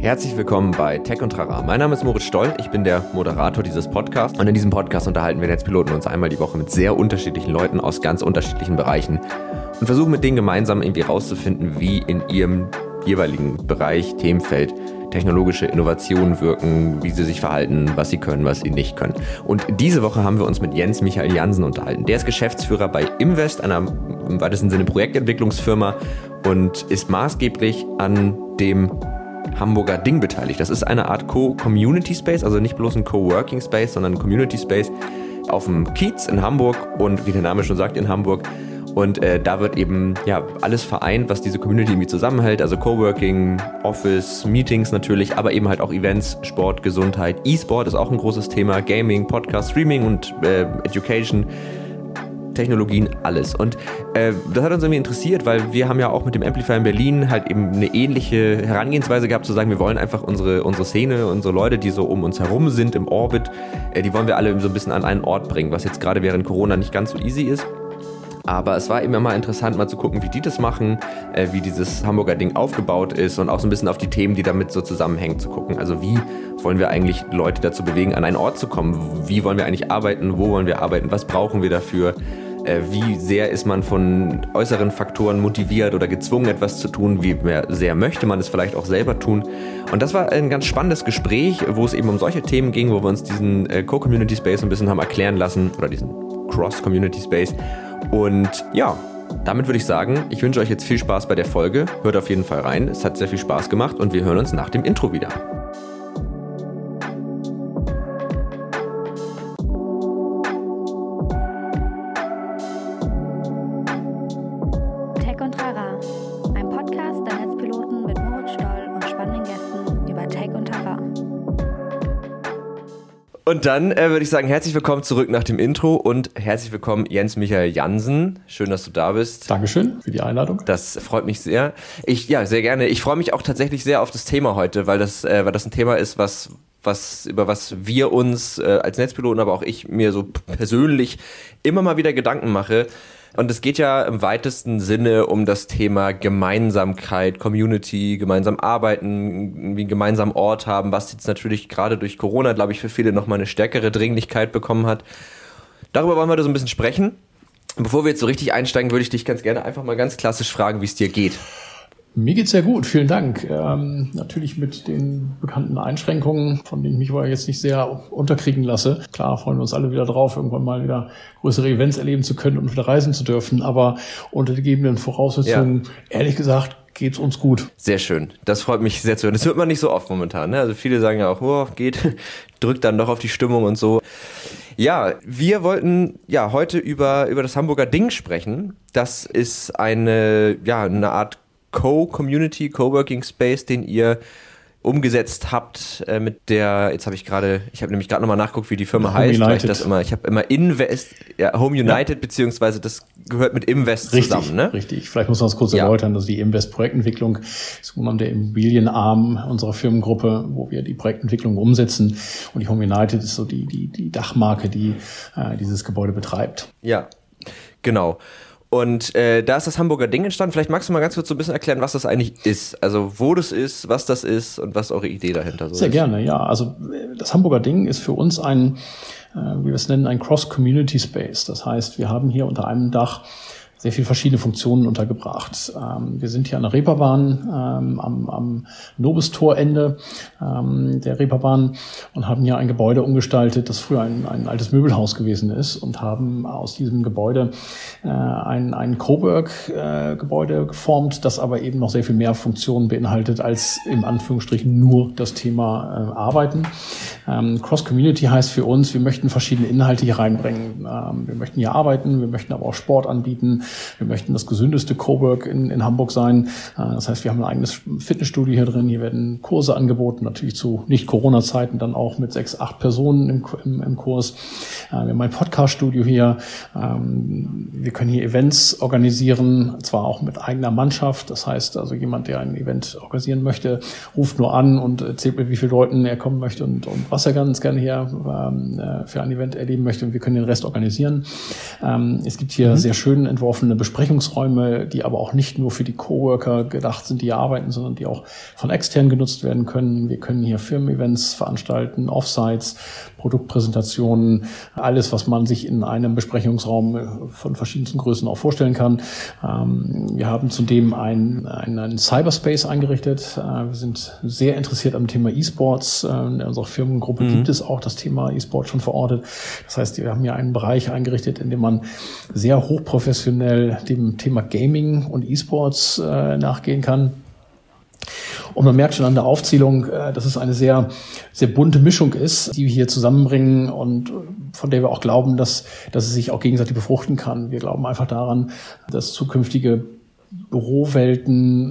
Herzlich willkommen bei Tech und Trara. Mein Name ist Moritz Stoll, ich bin der Moderator dieses Podcasts und in diesem Podcast unterhalten wir Netzpiloten uns einmal die Woche mit sehr unterschiedlichen Leuten aus ganz unterschiedlichen Bereichen und versuchen mit denen gemeinsam irgendwie rauszufinden, wie in ihrem jeweiligen Bereich, Themenfeld, technologische Innovationen wirken, wie sie sich verhalten, was sie können, was sie nicht können. Und diese Woche haben wir uns mit Jens Michael Jansen unterhalten. Der ist Geschäftsführer bei Imvest, einer im weitesten Sinne Projektentwicklungsfirma und ist maßgeblich an dem Hamburger Ding beteiligt. Das ist eine Art Co-Community Space, also nicht bloß ein Coworking Space, sondern ein Community Space auf dem Kiez in Hamburg und wie der Name schon sagt, in Hamburg. Und da wird eben alles vereint, was diese Community irgendwie zusammenhält. Also Coworking, Office, Meetings natürlich, aber eben halt auch Events, Sport, Gesundheit. E-Sport ist auch ein großes Thema. Gaming, Podcast, Streaming und Education, Technologien, alles. Und das hat uns irgendwie interessiert, weil wir haben ja auch mit dem Amplifier in Berlin halt eben eine ähnliche Herangehensweise gehabt, zu sagen, wir wollen einfach unsere Szene, unsere Leute, die so um uns herum sind im Orbit, die wollen wir alle so ein bisschen an einen Ort bringen, was jetzt gerade während Corona nicht ganz so easy ist. Aber es war immer mal interessant, mal zu gucken, wie die das machen, wie dieses Hamburger Ding aufgebaut ist und auch so ein bisschen auf die Themen, die damit so zusammenhängen, zu gucken. Also wie wollen wir eigentlich Leute dazu bewegen, an einen Ort zu kommen? Wie wollen wir eigentlich arbeiten? Wo wollen wir arbeiten? Was brauchen wir dafür? Wie sehr ist man von äußeren Faktoren motiviert oder gezwungen, etwas zu tun? Wie sehr möchte man es vielleicht auch selber tun? Und das war ein ganz spannendes Gespräch, wo es eben um solche Themen ging, wo wir uns diesen Co-Community Space ein bisschen haben erklären lassen oder diesen Cross-Community Space. Und ja, damit würde ich sagen, ich wünsche euch jetzt viel Spaß bei der Folge. Hört auf jeden Fall rein. Es hat sehr viel Spaß gemacht und wir hören uns nach dem Intro wieder. Tech und Trara, ein Podcast der Netzpiloten mit Moritz Stoll und spannenden Gästen über Tech und Trara. Und dann würde ich sagen, herzlich willkommen zurück nach dem Intro und herzlich willkommen Jens Michael Jansen. Schön, dass du da bist. Dankeschön für die Einladung. Das freut mich sehr. Sehr gerne. Ich freue mich auch tatsächlich sehr auf das Thema heute, weil das ein Thema ist, über was wir uns als Netzpiloten, aber auch ich mir so persönlich immer mal wieder Gedanken mache. Und es geht ja im weitesten Sinne um das Thema Gemeinsamkeit, Community, gemeinsam arbeiten, irgendwie einen gemeinsamen Ort haben, was jetzt natürlich gerade durch Corona, glaube ich, für viele nochmal eine stärkere Dringlichkeit bekommen hat. Darüber wollen wir da so ein bisschen sprechen. Bevor wir jetzt so richtig einsteigen, würde ich dich ganz gerne einfach mal ganz klassisch fragen, wie es dir geht. Mir geht's sehr gut, vielen Dank. Natürlich mit den bekannten Einschränkungen, von denen ich mich aber jetzt nicht sehr unterkriegen lasse. Klar freuen wir uns alle wieder drauf, irgendwann mal wieder größere Events erleben zu können und wieder reisen zu dürfen. Aber unter den gegebenen Voraussetzungen, ehrlich gesagt, geht's uns gut. Sehr schön. Das freut mich sehr zu hören. Das hört man nicht so oft momentan, ne? Also viele sagen ja auch, geht, drückt dann doch auf die Stimmung und so. Ja, wir wollten heute über das Hamburger Ding sprechen. Das ist eine Art Co-Community, Coworking Space, den ihr umgesetzt habt mit der, ich habe nämlich gerade nochmal nachgeguckt, wie die Firma heißt, weil ich habe immer Invest, Home United, beziehungsweise das gehört mit Imvest zusammen, ne? Richtig, vielleicht muss man das kurz erläutern, dass die Imvest Projektentwicklung ist der Immobilienarm unserer Firmengruppe, wo wir die Projektentwicklung umsetzen, und die Home United ist so die Dachmarke, die dieses Gebäude betreibt. Ja, genau. Und da ist das Hamburger Ding entstanden. Vielleicht magst du mal ganz kurz so ein bisschen erklären, was das eigentlich ist. Also wo das ist, was das ist und was eure Idee dahinter so ist. Sehr gerne, ja. Also das Hamburger Ding ist für uns ein Cross-Community Space. Das heißt, wir haben hier unter einem Dach sehr viele verschiedene Funktionen untergebracht. Wir sind hier an der Reeperbahn, am Nobistorende der Reeperbahn, und haben hier ein Gebäude umgestaltet, das früher ein altes Möbelhaus gewesen ist, und haben aus diesem Gebäude ein Cowork-Gebäude geformt, das aber eben noch sehr viel mehr Funktionen beinhaltet als im Anführungsstrichen nur das Thema Arbeiten. Cross-Community heißt für uns, wir möchten verschiedene Inhalte hier reinbringen. Wir möchten hier arbeiten, wir möchten aber auch Sport anbieten. Wir möchten das gesündeste Cowork in Hamburg sein. Das heißt, wir haben ein eigenes Fitnessstudio hier drin. Hier werden Kurse angeboten, natürlich zu Nicht-Corona-Zeiten dann auch mit 6, 8 Personen im Kurs. Wir haben ein Podcast-Studio hier. Wir können hier Events organisieren, zwar auch mit eigener Mannschaft. Das heißt, also jemand, der ein Event organisieren möchte, ruft nur an und erzählt mir, wie viele Leuten er kommen möchte und was er ganz gerne hier für ein Event erleben möchte. Und wir können den Rest organisieren. Es gibt hier sehr schön entworfene offene Besprechungsräume, die aber auch nicht nur für die Coworker gedacht sind, die hier arbeiten, sondern die auch von extern genutzt werden können. Wir können hier Firmen-Events veranstalten, Offsites, Produktpräsentationen, alles, was man sich in einem Besprechungsraum von verschiedensten Größen auch vorstellen kann. Wir haben zudem einen Cyberspace eingerichtet. Wir sind sehr interessiert am Thema E-Sports. In unserer Firmengruppe gibt es auch das Thema E-Sport schon verortet. Das heißt, wir haben hier einen Bereich eingerichtet, in dem man sehr hochprofessionell dem Thema Gaming und E-Sports nachgehen kann. Und man merkt schon an der Aufzählung, dass es eine sehr, sehr bunte Mischung ist, die wir hier zusammenbringen und von der wir auch glauben, dass es sich auch gegenseitig befruchten kann. Wir glauben einfach daran, dass zukünftige Bürowelten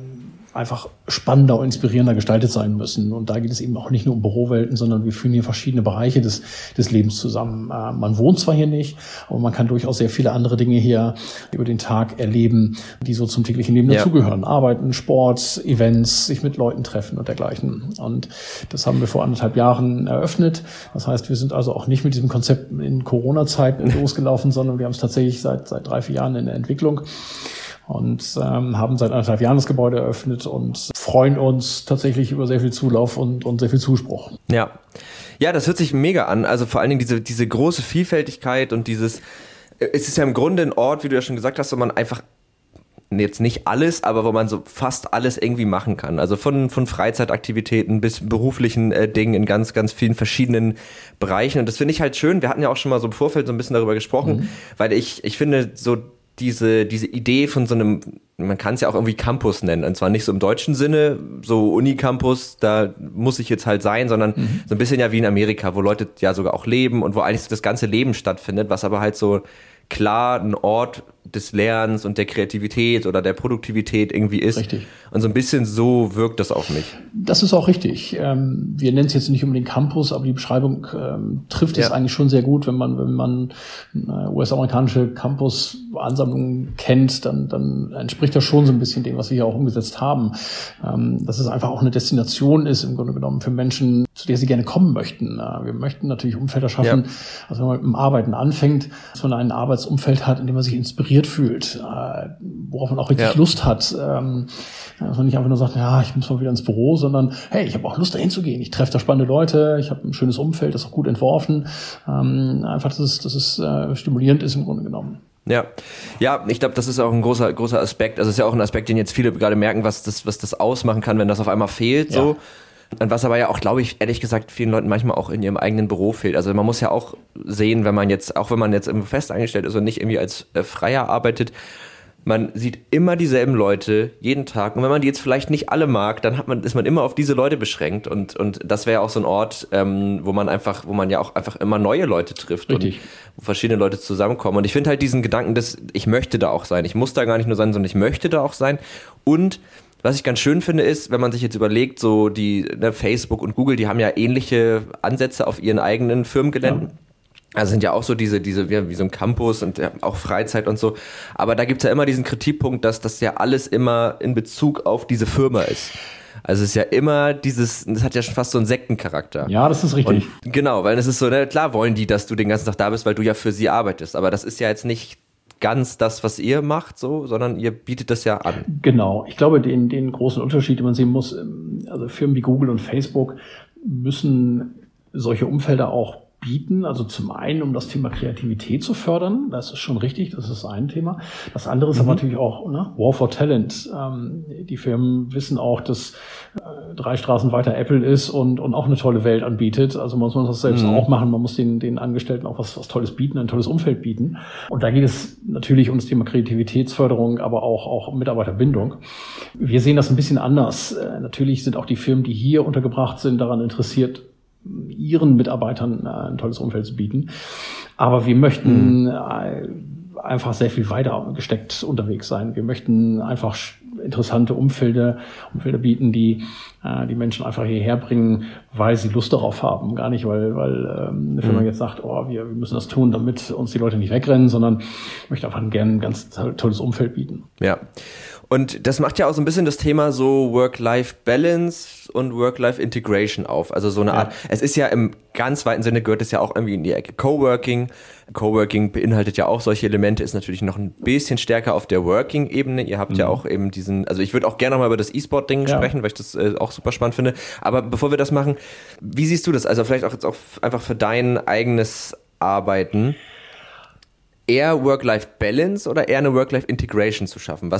einfach spannender und inspirierender gestaltet sein müssen. Und da geht es eben auch nicht nur um Bürowelten, sondern wir führen hier verschiedene Bereiche des Lebens zusammen. Man wohnt zwar hier nicht, aber man kann durchaus sehr viele andere Dinge hier über den Tag erleben, die so zum täglichen Leben dazugehören. Arbeiten, Sport, Events, sich mit Leuten treffen und dergleichen. Und das haben wir vor 1,5 Jahren eröffnet. Das heißt, wir sind also auch nicht mit diesem Konzept in Corona-Zeit losgelaufen, sondern wir haben es tatsächlich seit 3-4 Jahren in der Entwicklung. Und haben seit 1,5 Jahren das Gebäude eröffnet und freuen uns tatsächlich über sehr viel Zulauf und sehr viel Zuspruch. Ja, das hört sich mega an. Also vor allen Dingen diese große Vielfältigkeit und es ist ja im Grunde ein Ort, wie du ja schon gesagt hast, wo man einfach jetzt nicht alles, aber wo man so fast alles irgendwie machen kann. Also von Freizeitaktivitäten bis beruflichen Dingen in ganz, ganz vielen verschiedenen Bereichen. Und das finde ich halt schön. Wir hatten ja auch schon mal so im Vorfeld so ein bisschen darüber gesprochen, weil ich finde so diese Idee von so einem, man kann es ja auch irgendwie Campus nennen, und zwar nicht so im deutschen Sinne, so Unicampus, da muss ich jetzt halt sein, sondern so ein bisschen ja wie in Amerika, wo Leute ja sogar auch leben und wo eigentlich das ganze Leben stattfindet, was aber halt so klar ein Ort des Lernens und der Kreativität oder der Produktivität irgendwie ist. Richtig. Und so ein bisschen so wirkt das auf mich. Das ist auch richtig. Wir nennen es jetzt nicht unbedingt Campus, aber die Beschreibung trifft es eigentlich schon sehr gut. Wenn man US-amerikanische Campus-Ansammlungen kennt, dann entspricht das schon so ein bisschen dem, was wir hier auch umgesetzt haben. Dass es einfach auch eine Destination ist, im Grunde genommen, für Menschen, zu der sie gerne kommen möchten. Wir möchten natürlich Umfelder schaffen, also wenn man mit dem Arbeiten anfängt, dass man ein Arbeitsumfeld hat, in dem man sich inspiriert fühlt, worauf man auch richtig Lust hat. Dass man nicht einfach nur sagt, ja, ich muss mal wieder ins Büro, sondern hey, ich habe auch Lust, dahin zu gehen. Ich treffe da spannende Leute, ich habe ein schönes Umfeld, das ist auch gut entworfen. Einfach, dass es stimulierend ist im Grunde genommen. Ja, ich glaube, das ist auch ein großer Aspekt. Also es ist ja auch ein Aspekt, den jetzt viele gerade merken, was das ausmachen kann, wenn das auf einmal fehlt. So. Und was aber ja auch, glaube ich, ehrlich gesagt, vielen Leuten manchmal auch in ihrem eigenen Büro fehlt. Also man muss ja auch sehen, wenn man jetzt irgendwo fest eingestellt ist und nicht irgendwie als Freier arbeitet, man sieht immer dieselben Leute jeden Tag. Und wenn man die jetzt vielleicht nicht alle mag, dann ist man immer auf diese Leute beschränkt. Und das wäre ja auch so ein Ort, wo man ja auch einfach immer neue Leute trifft. Richtig. Und wo verschiedene Leute zusammenkommen. Und ich finde halt diesen Gedanken, dass ich möchte da auch sein. Ich muss da gar nicht nur sein, sondern ich möchte da auch sein. Und was ich ganz schön finde, ist, wenn man sich jetzt überlegt, so Facebook und Google, die haben ja ähnliche Ansätze auf ihren eigenen Firmengeländen. Ja. Also sind ja auch so diese wie so ein Campus und auch Freizeit und so. Aber da gibt's ja immer diesen Kritikpunkt, dass das ja alles immer in Bezug auf diese Firma ist. Also es ist ja immer das hat ja schon fast so einen Sektencharakter. Ja, das ist richtig. Und genau, weil es ist so, klar wollen die, dass du den ganzen Tag da bist, weil du ja für sie arbeitest. Aber das ist ja jetzt nicht ganz das, was ihr macht, so, sondern ihr bietet das ja an. Genau. Ich glaube, den großen Unterschied, den man sehen muss, also Firmen wie Google und Facebook müssen solche Umfelder auch bieten, also zum einen, um das Thema Kreativität zu fördern, das ist schon richtig, das ist ein Thema. Das andere ist aber natürlich auch War for Talent. Die Firmen wissen auch, dass 3 Straßen weiter Apple ist und auch eine tolle Welt anbietet. Also muss man das selbst auch machen, man muss den Angestellten auch was Tolles bieten, ein tolles Umfeld bieten. Und da geht es natürlich um das Thema Kreativitätsförderung, aber auch um Mitarbeiterbindung. Wir sehen das ein bisschen anders. Natürlich sind auch die Firmen, die hier untergebracht sind, daran interessiert, ihren Mitarbeitern ein tolles Umfeld zu bieten. Aber wir möchten einfach sehr viel weiter gesteckt unterwegs sein. Wir möchten einfach interessante Umfelder bieten, die Menschen einfach hierher bringen, weil sie Lust darauf haben. Gar nicht, weil eine Firma jetzt sagt, wir müssen das tun, damit uns die Leute nicht wegrennen, sondern möchte einfach gerne ein ganz tolles Umfeld bieten. Ja. Und das macht ja auch so ein bisschen das Thema so Work-Life-Balance und Work-Life-Integration auf. Also so eine Art, es ist ja im ganz weiten Sinne gehört es ja auch irgendwie in die Ecke Coworking. Coworking beinhaltet ja auch solche Elemente, ist natürlich noch ein bisschen stärker auf der Working-Ebene. Ihr habt ja auch eben also ich würde auch gerne noch mal über das E-Sport-Ding sprechen, weil ich das auch super spannend finde. Aber bevor wir das machen, wie siehst du das? Also vielleicht auch jetzt auch einfach für dein eigenes Arbeiten. Eher Work-Life-Balance oder eher eine Work-Life-Integration zu schaffen?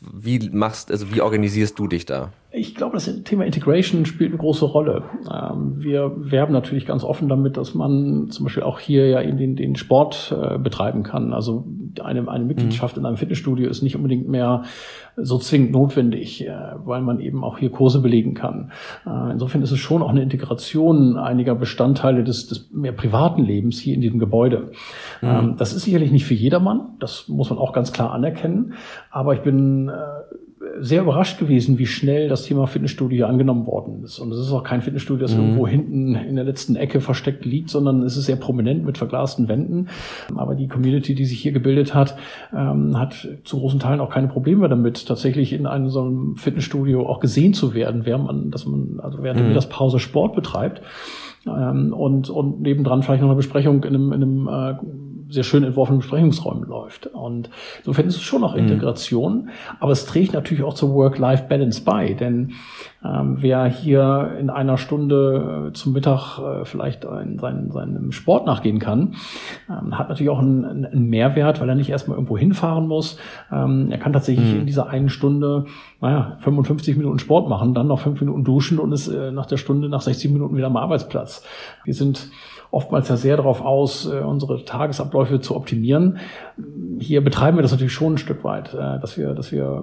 Wie organisierst du dich da? Ich glaube, das Thema Integration spielt eine große Rolle. Wir werben natürlich ganz offen damit, dass man zum Beispiel auch hier ja eben den Sport betreiben kann. Also eine Mitgliedschaft in einem Fitnessstudio ist nicht unbedingt mehr so zwingend notwendig, weil man eben auch hier Kurse belegen kann. Insofern ist es schon auch eine Integration einiger Bestandteile des mehr privaten Lebens hier in diesem Gebäude. Das ist sicherlich nicht für jedermann, das muss man auch ganz klar anerkennen. Aber ich bin sehr überrascht gewesen, wie schnell das Thema Fitnessstudio hier angenommen worden ist. Und es ist auch kein Fitnessstudio, das irgendwo hinten in der letzten Ecke versteckt liegt, sondern es ist sehr prominent mit verglasten Wänden. Aber die Community, die sich hier gebildet hat, hat zu großen Teilen auch keine Probleme damit, tatsächlich in einem so einem Fitnessstudio auch gesehen zu werden, während der Mittagspause Sport betreibt. Und nebendran vielleicht noch eine Besprechung in einem sehr schön entworfenen Besprechungsräumen läuft. Und insofern ist es schon auch Integration, aber es trägt natürlich auch zur Work-Life-Balance bei, denn wer hier in einer Stunde zum Mittag vielleicht seinem Sport nachgehen kann, hat natürlich auch einen Mehrwert, weil er nicht erstmal irgendwo hinfahren muss. Er kann tatsächlich in dieser einen Stunde 55 Minuten Sport machen, dann noch 5 Minuten duschen und ist nach 60 Minuten wieder am Arbeitsplatz. Wir sind oftmals ja sehr darauf aus, unsere Tagesabläufe zu optimieren. Hier betreiben wir das natürlich schon ein Stück weit, dass wir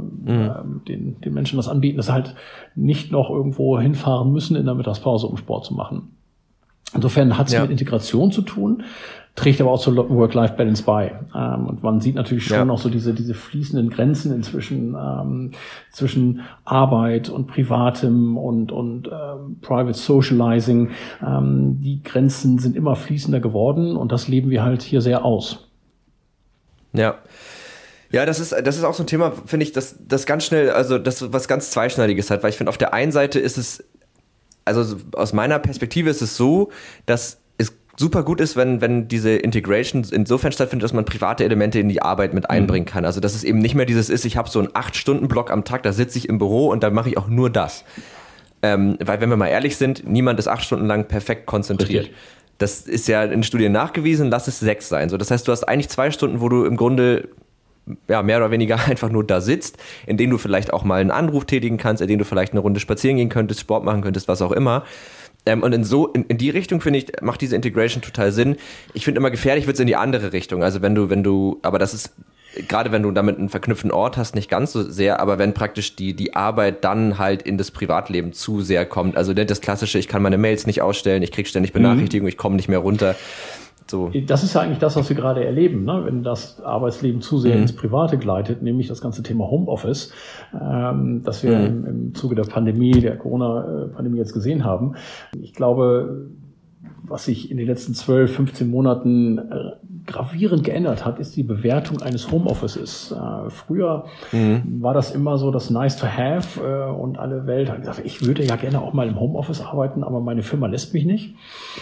den Menschen das anbieten, dass sie halt nicht noch irgendwo hinfahren müssen in der Mittagspause, um Sport zu machen. Insofern hat es mit Integration zu tun, trägt aber auch zur Work-Life-Balance bei. Und man sieht natürlich schon noch so diese fließenden Grenzen inzwischen zwischen Arbeit und Privatem und Private Socializing. Die Grenzen sind immer fließender geworden und das leben wir halt hier sehr aus. Ja. Ja, das ist auch so ein Thema, finde ich, das ganz schnell, also das was ganz Zweischneidiges hat, weil ich finde, auf der einen Seite ist es, also aus meiner Perspektive ist es so, dass es super gut ist, wenn diese Integration insofern stattfindet, dass man private Elemente in die Arbeit mit einbringen kann. Also dass es eben nicht mehr dieses ist, ich habe so einen 8-Stunden-Block am Tag, da sitze ich im Büro und da mache ich auch nur das. Weil wenn wir mal ehrlich sind, niemand ist 8 Stunden lang perfekt konzentriert. Richtig. Das ist ja in Studien nachgewiesen, lass es 6 sein. So, das heißt, du hast eigentlich 2 Stunden, wo du im Grunde mehr oder weniger einfach nur da sitzt, in denen du vielleicht auch mal einen Anruf tätigen kannst, in denen du vielleicht eine Runde spazieren gehen könntest, Sport machen könntest, was auch immer. Und in die Richtung, finde ich, macht diese Integration total Sinn. Ich finde immer gefährlich wird es in die andere Richtung. Also wenn du, aber das ist, gerade wenn du damit einen verknüpften Ort hast, nicht ganz so sehr, aber wenn praktisch die Arbeit dann halt in das Privatleben zu sehr kommt. Also das Klassische, ich kann meine Mails nicht ausstellen, ich kriege ständig Benachrichtigungen, ich komme nicht mehr runter. So. Das ist ja eigentlich das, was wir gerade erleben, ne? Wenn das Arbeitsleben zu sehr ins Private gleitet, nämlich das ganze Thema Homeoffice, das wir im Zuge der Corona-Pandemie jetzt gesehen haben. Ich glaube, was sich in den letzten 12, 15 Monaten gravierend geändert hat, ist die Bewertung eines Homeoffices. Früher war das immer so das nice to have und alle Welt hat gesagt, ich würde ja gerne auch mal im Homeoffice arbeiten, aber meine Firma lässt mich nicht.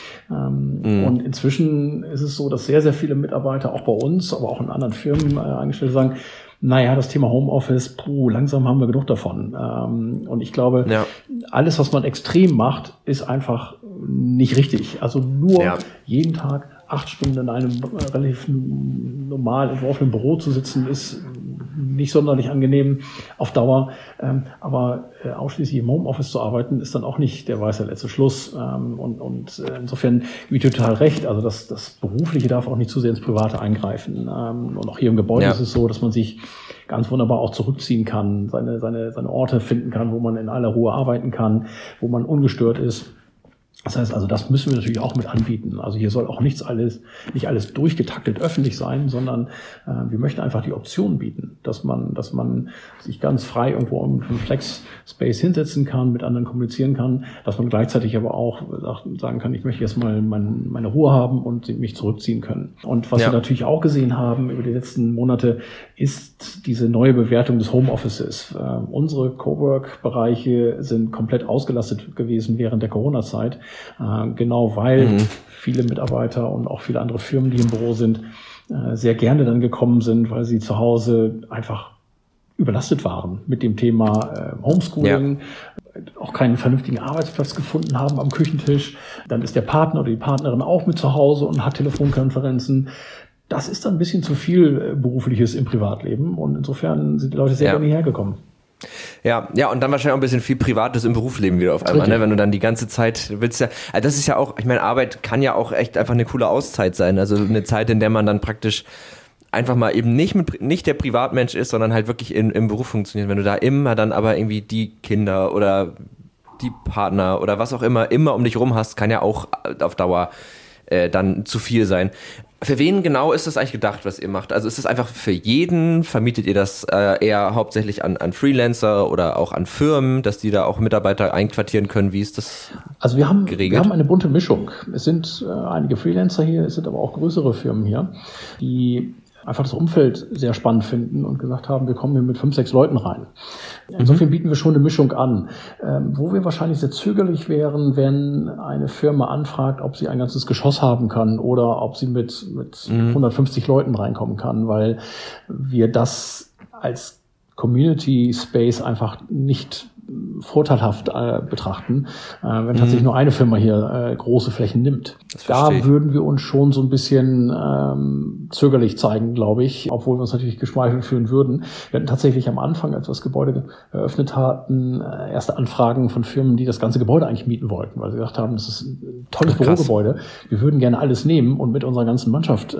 Und inzwischen ist es so, dass sehr, sehr viele Mitarbeiter auch bei uns, aber auch in anderen Firmen angestellt sagen, naja, das Thema Homeoffice, langsam haben wir genug davon. Und ich glaube, alles, was man extrem macht, ist einfach nicht richtig. Also nur jeden Tag 8 Stunden in einem relativ normal entworfenen Büro zu sitzen, ist nicht sonderlich angenehm auf Dauer. Aber ausschließlich im Homeoffice zu arbeiten, ist dann auch nicht der weiße letzte Schluss. Und insofern gebe ich total recht. Also das Berufliche darf auch nicht zu sehr ins Private eingreifen. Und auch hier im Gebäude ist es so, dass man sich ganz wunderbar auch zurückziehen kann, seine Orte finden kann, wo man in aller Ruhe arbeiten kann, wo man ungestört ist. Das heißt also, das müssen wir natürlich auch mit anbieten. Also hier soll auch nicht alles durchgetaktet öffentlich sein, sondern wir möchten einfach die Option bieten, dass man sich ganz frei irgendwo im Flex-Space hinsetzen kann, mit anderen kommunizieren kann, dass man gleichzeitig aber auch sagen kann, ich möchte jetzt mal meine Ruhe haben und mich zurückziehen können. Und was wir natürlich auch gesehen haben über die letzten Monate, ist diese neue Bewertung des Homeoffices. Unsere Cowork-Bereiche sind komplett ausgelastet gewesen während der Corona-Zeit. Genau weil viele Mitarbeiter und auch viele andere Firmen, die im Büro sind, sehr gerne dann gekommen sind, weil sie zu Hause einfach überlastet waren mit dem Thema Homeschooling, auch keinen vernünftigen Arbeitsplatz gefunden haben am Küchentisch. Dann ist der Partner oder die Partnerin auch mit zu Hause und hat Telefonkonferenzen. Das ist dann ein bisschen zu viel Berufliches im Privatleben und insofern sind die Leute sehr gerne hierher gekommen. Ja, und dann wahrscheinlich auch ein bisschen viel Privates im Berufsleben wieder auf einmal, ne? Wenn du dann die ganze Zeit willst also das ist ja auch, ich meine, Arbeit kann ja auch echt einfach eine coole Auszeit sein, also eine Zeit, in der man dann praktisch einfach mal eben nicht der Privatmensch ist, sondern halt wirklich im Beruf funktioniert. Wenn du da immer dann aber irgendwie die Kinder oder die Partner oder was auch immer um dich rum hast, kann ja auch auf Dauer dann zu viel sein. Für wen genau ist das eigentlich gedacht, was ihr macht? Also ist es einfach für jeden? Vermietet ihr das eher hauptsächlich an Freelancer oder auch an Firmen, dass die da auch Mitarbeiter einquartieren können? Wie ist das geregelt? Wir haben eine bunte Mischung. Es sind einige Freelancer hier, es sind aber auch größere Firmen hier, die einfach das Umfeld sehr spannend finden und gesagt haben, wir kommen hier mit 5, 6 Leuten rein. Insofern bieten wir schon eine Mischung an. Wo wir wahrscheinlich sehr zögerlich wären, wenn eine Firma anfragt, ob sie ein ganzes Geschoss haben kann oder ob sie mit 150 Leuten reinkommen kann, weil wir das als Community Space einfach nicht vorteilhaft betrachten, wenn tatsächlich nur eine Firma hier große Flächen nimmt. Da würden wir uns schon so ein bisschen zögerlich zeigen, glaube ich, obwohl wir uns natürlich geschmeichelt fühlen würden. Wir hatten tatsächlich am Anfang, als wir das Gebäude eröffnet hatten, erste Anfragen von Firmen, die das ganze Gebäude eigentlich mieten wollten, weil sie gesagt haben, das ist ein tolles Bürogebäude, wir würden gerne alles nehmen und mit unserer ganzen Mannschaft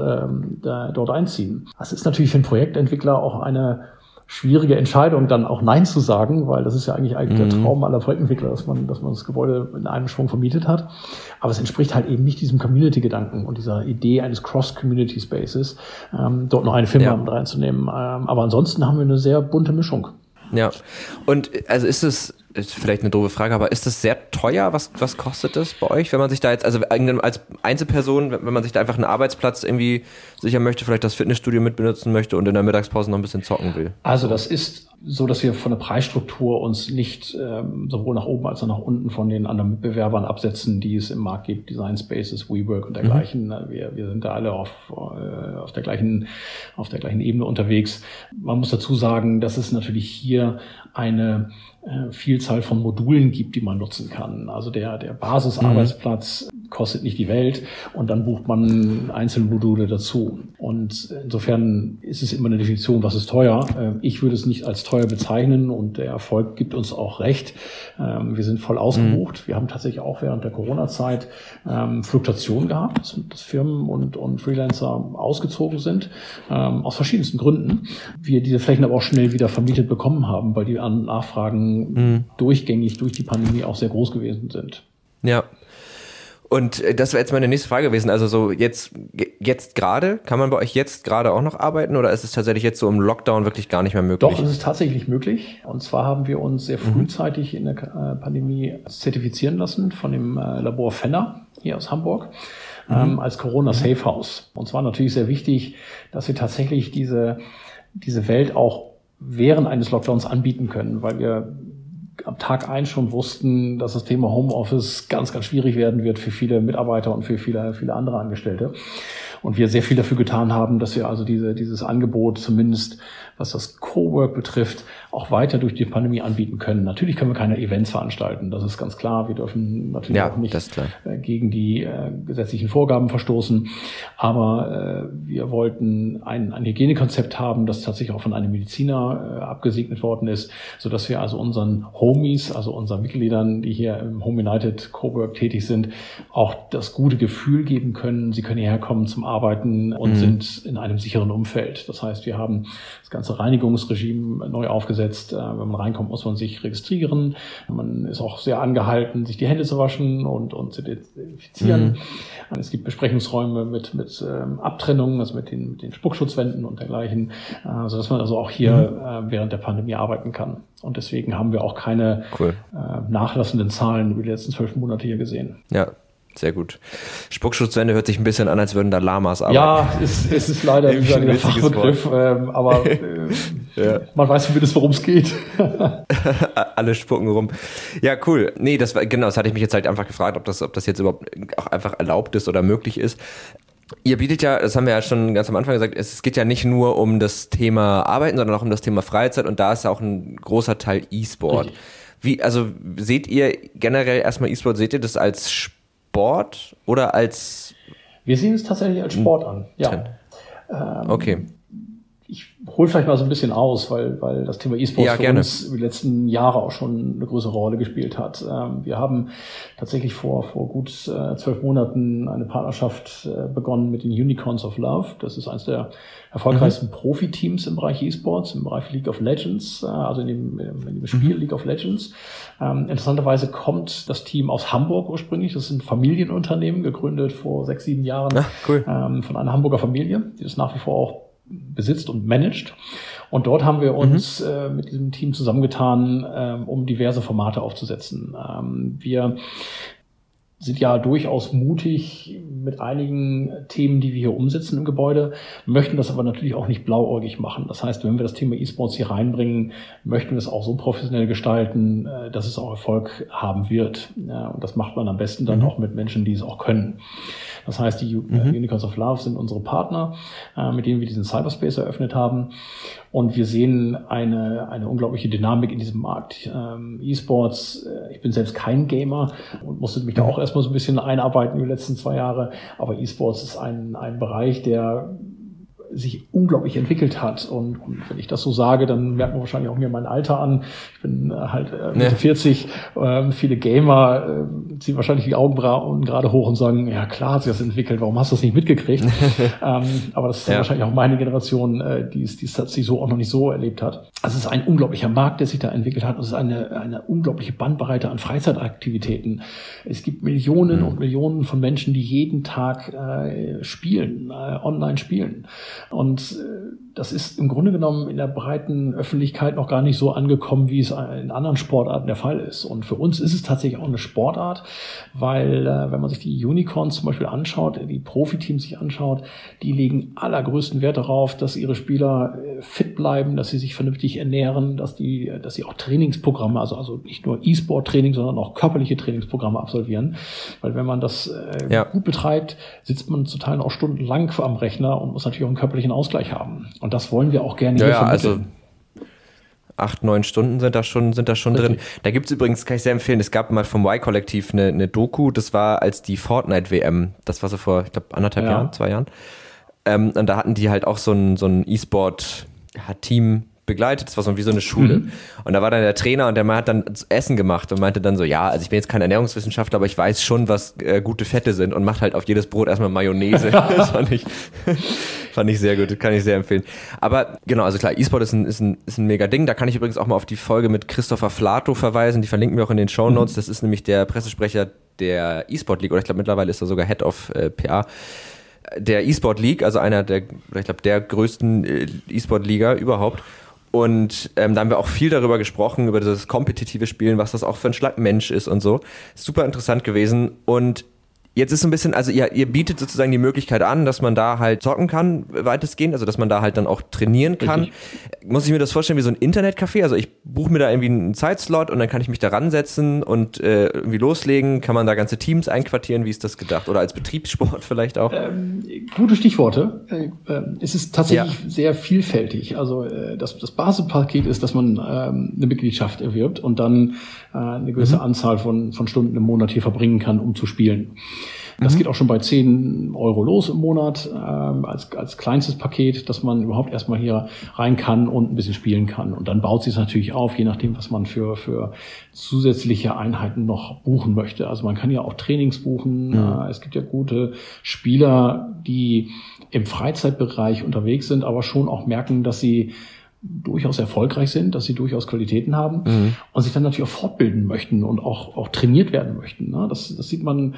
dort einziehen. Das ist natürlich für einen Projektentwickler auch eine schwierige Entscheidung, dann auch Nein zu sagen, weil das ist ja eigentlich der Traum aller Projektentwickler, dass man das Gebäude in einem Schwung vermietet hat. Aber es entspricht halt eben nicht diesem Community-Gedanken und dieser Idee eines Cross-Community-Spaces, dort noch eine Firma mit reinzunehmen. Aber ansonsten haben wir eine sehr bunte Mischung. Ja, und also ist vielleicht eine doofe Frage, aber ist das sehr teuer? Was kostet das bei euch, wenn man sich da jetzt, also als Einzelperson, wenn man sich da einfach einen Arbeitsplatz irgendwie sichern möchte, vielleicht das Fitnessstudio mitbenutzen möchte und in der Mittagspause noch ein bisschen zocken will? Also das ist so, dass wir von der Preisstruktur uns nicht sowohl nach oben als auch nach unten von den anderen Mitbewerbern absetzen, die es im Markt gibt, Design Spaces, WeWork und dergleichen. Wir sind da alle auf der gleichen Ebene unterwegs. Man muss dazu sagen, dass es natürlich hier eine Vielzahl von Modulen gibt, die man nutzen kann. Also der Basisarbeitsplatz kostet nicht die Welt und dann bucht man einzelne Module dazu. Und insofern ist es immer eine Definition, was ist teuer. Ich würde es nicht als teuer bezeichnen und der Erfolg gibt uns auch recht. Wir sind voll ausgebucht. Wir haben tatsächlich auch während der Corona-Zeit Fluktuation gehabt, dass Firmen und Freelancer ausgezogen sind, aus verschiedensten Gründen. Wir diese Flächen aber auch schnell wieder vermietet bekommen haben, weil die Nachfragen durchgängig durch die Pandemie auch sehr groß gewesen sind. Ja. Und das wäre jetzt meine nächste Frage gewesen. Also so jetzt gerade, kann man bei euch jetzt gerade auch noch arbeiten oder ist es tatsächlich jetzt so im Lockdown wirklich gar nicht mehr möglich? Doch, es ist tatsächlich möglich. Und zwar haben wir uns sehr frühzeitig in der Pandemie zertifizieren lassen von dem Labor Fenner hier aus Hamburg als Corona Safe House. Und zwar natürlich sehr wichtig, dass wir tatsächlich diese Welt auch während eines Lockdowns anbieten können, weil wir am Tag 1 schon wussten, dass das Thema Homeoffice ganz, ganz schwierig werden wird für viele Mitarbeiter und für viele, viele andere Angestellte. Und wir sehr viel dafür getan haben, dass wir also dieses Angebot zumindest, was das Cowork betrifft, auch weiter durch die Pandemie anbieten können. Natürlich können wir keine Events veranstalten, das ist ganz klar. Wir dürfen natürlich auch nicht gegen die gesetzlichen Vorgaben verstoßen. Aber wir wollten ein Hygienekonzept haben, das tatsächlich auch von einem Mediziner abgesegnet worden ist, sodass wir also unseren Homies, also unseren Mitgliedern, die hier im Home United Cowork tätig sind, auch das gute Gefühl geben können. Sie können hierher kommen zum Arbeiten und sind in einem sicheren Umfeld. Das heißt, wir haben das ganze Reinigungsregime neu aufgesetzt. Wenn man reinkommt, muss man sich registrieren. Man ist auch sehr angehalten, sich die Hände zu waschen und zu desinfizieren. Es gibt Besprechungsräume mit Abtrennungen, also mit den Spuckschutzwänden und dergleichen, sodass man also auch hier während der Pandemie arbeiten kann. Und deswegen haben wir auch keine nachlassenden Zahlen über die letzten 12 Monate hier gesehen. Ja, sehr gut. Spuckschutzwände hört sich ein bisschen an, als würden da Lamas arbeiten. Ja, es ist leider ein Fachbegriff, aber man weiß zumindest, worum es geht. Alle spucken rum. Ja, cool. Nee, das hatte ich mich jetzt halt einfach gefragt, ob das jetzt überhaupt auch einfach erlaubt ist oder möglich ist. Ihr bietet ja, das haben wir ja schon ganz am Anfang gesagt, es geht ja nicht nur um das Thema Arbeiten, sondern auch um das Thema Freizeit und da ist ja auch ein großer Teil E-Sport. Also seht ihr generell erstmal E-Sport, seht ihr das als Sport oder als... Wir sehen es tatsächlich als Sport an, ja. Okay. Ich hole vielleicht mal so ein bisschen aus, weil das Thema E-Sports für uns über die letzten Jahre auch schon eine größere Rolle gespielt hat. Wir haben tatsächlich vor gut 12 Monaten eine Partnerschaft begonnen mit den Unicorns of Love. Das ist eines der erfolgreichsten Profiteams im Bereich E-Sports, im Bereich League of Legends, also in dem Spiel League of Legends. Interessanterweise kommt das Team aus Hamburg ursprünglich. Das sind Familienunternehmen, gegründet vor 6-7 Jahren von einer Hamburger Familie, die das nach wie vor auch besitzt und managt. Und dort haben wir uns mit diesem Team zusammengetan, um diverse Formate aufzusetzen. Wir sind ja durchaus mutig mit einigen Themen, die wir hier umsetzen im Gebäude, möchten das aber natürlich auch nicht blauäugig machen. Das heißt, wenn wir das Thema E-Sports hier reinbringen, möchten wir es auch so professionell gestalten, dass es auch Erfolg haben wird. Und das macht man am besten dann auch mit Menschen, die es auch können. Das heißt, die Unicorns of Love sind unsere Partner, mit denen wir diesen Cyberspace eröffnet haben. Und wir sehen eine unglaubliche Dynamik in diesem Markt. E-Sports, ich bin selbst kein Gamer und musste mich da auch erstmal so ein bisschen einarbeiten über die letzten 2 Jahre. Aber E-Sports ist ein Bereich, der sich unglaublich entwickelt hat. Und wenn ich das so sage, dann merkt man wahrscheinlich auch mir mein Alter an. Ich bin halt Mitte 40. Viele Gamer ziehen wahrscheinlich die Augenbrauen gerade hoch und sagen, ja klar hat sich das entwickelt, warum hast du das nicht mitgekriegt? Aber das ist wahrscheinlich auch meine Generation, die es tatsächlich so auch noch nicht so erlebt hat. Also es ist ein unglaublicher Markt, der sich da entwickelt hat. Und es ist eine unglaubliche Bandbreite an Freizeitaktivitäten. Es gibt Millionen und Millionen von Menschen, die jeden Tag spielen, online spielen. Und das ist im Grunde genommen in der breiten Öffentlichkeit noch gar nicht so angekommen, wie es in anderen Sportarten der Fall ist. Und für uns ist es tatsächlich auch eine Sportart, weil wenn man sich die Unicorns zum Beispiel anschaut, die Profiteams sich anschaut, die legen allergrößten Wert darauf, dass ihre Spieler fit bleiben, dass sie sich vernünftig ernähren, dass sie auch Trainingsprogramme, also nicht nur E-Sport-Training, sondern auch körperliche Trainingsprogramme absolvieren. Weil wenn man das gut betreibt, sitzt man zu Teilen auch stundenlang am Rechner und muss natürlich auch einen körperlichen Ausgleich haben. Und das wollen wir auch gerne hier vermitteln. Also 8-9 Stunden sind da schon drin. Da gibt's übrigens, kann ich sehr empfehlen, es gab mal vom Y-Kollektiv eine Doku, das war als die Fortnite-WM, das war so vor, ich glaube, 1,5 Jahren, 2 Jahren. Und da hatten die halt auch so ein E-Sport-Team begleitet, das war so wie so eine Schule. Und da war dann der Trainer und der Mann hat dann Essen gemacht und meinte dann so, ja, also ich bin jetzt kein Ernährungswissenschaftler, aber ich weiß schon, was gute Fette sind und macht halt auf jedes Brot erstmal Mayonnaise. Das fand ich sehr gut, das kann ich sehr empfehlen. Aber genau, also klar, E-Sport ist ein mega Ding. Da kann ich übrigens auch mal auf die Folge mit Christopher Flato verweisen, die verlinken wir auch in den Shownotes. Das ist nämlich der Pressesprecher der E-Sport League, oder ich glaube mittlerweile ist er sogar Head of PA. Der E-Sport League, also einer der größten E-Sport-Liga überhaupt. Und da haben wir auch viel darüber gesprochen, über das kompetitive Spielen, was das auch für ein Schlag Mensch ist und so. Super interessant gewesen. Und jetzt ist so ein bisschen, also ihr bietet sozusagen die Möglichkeit an, dass man da halt zocken kann, weitestgehend, also dass man da halt dann auch trainieren kann. Richtig. Muss ich mir das vorstellen wie so ein Internetcafé? Also ich buche mir da irgendwie einen Zeitslot und dann kann ich mich da ransetzen und irgendwie loslegen. Kann man da ganze Teams einquartieren? Wie ist das gedacht? Oder als Betriebssport vielleicht auch? Gute Stichworte. Es ist tatsächlich sehr vielfältig. Also das Basispaket ist, dass man eine Mitgliedschaft erwirbt und dann eine gewisse Anzahl von Stunden im Monat hier verbringen kann, um zu spielen. Das geht auch schon bei 10 Euro los im Monat, als kleinstes Paket, dass man überhaupt erstmal hier rein kann und ein bisschen spielen kann. Und dann baut sich es natürlich auf, je nachdem, was man für zusätzliche Einheiten noch buchen möchte. Also man kann ja auch Trainings buchen. Es gibt ja gute Spieler, die im Freizeitbereich unterwegs sind, aber schon auch merken, dass sie durchaus erfolgreich sind, dass sie durchaus Qualitäten haben und sich dann natürlich auch fortbilden möchten und auch trainiert werden möchten. Das sieht man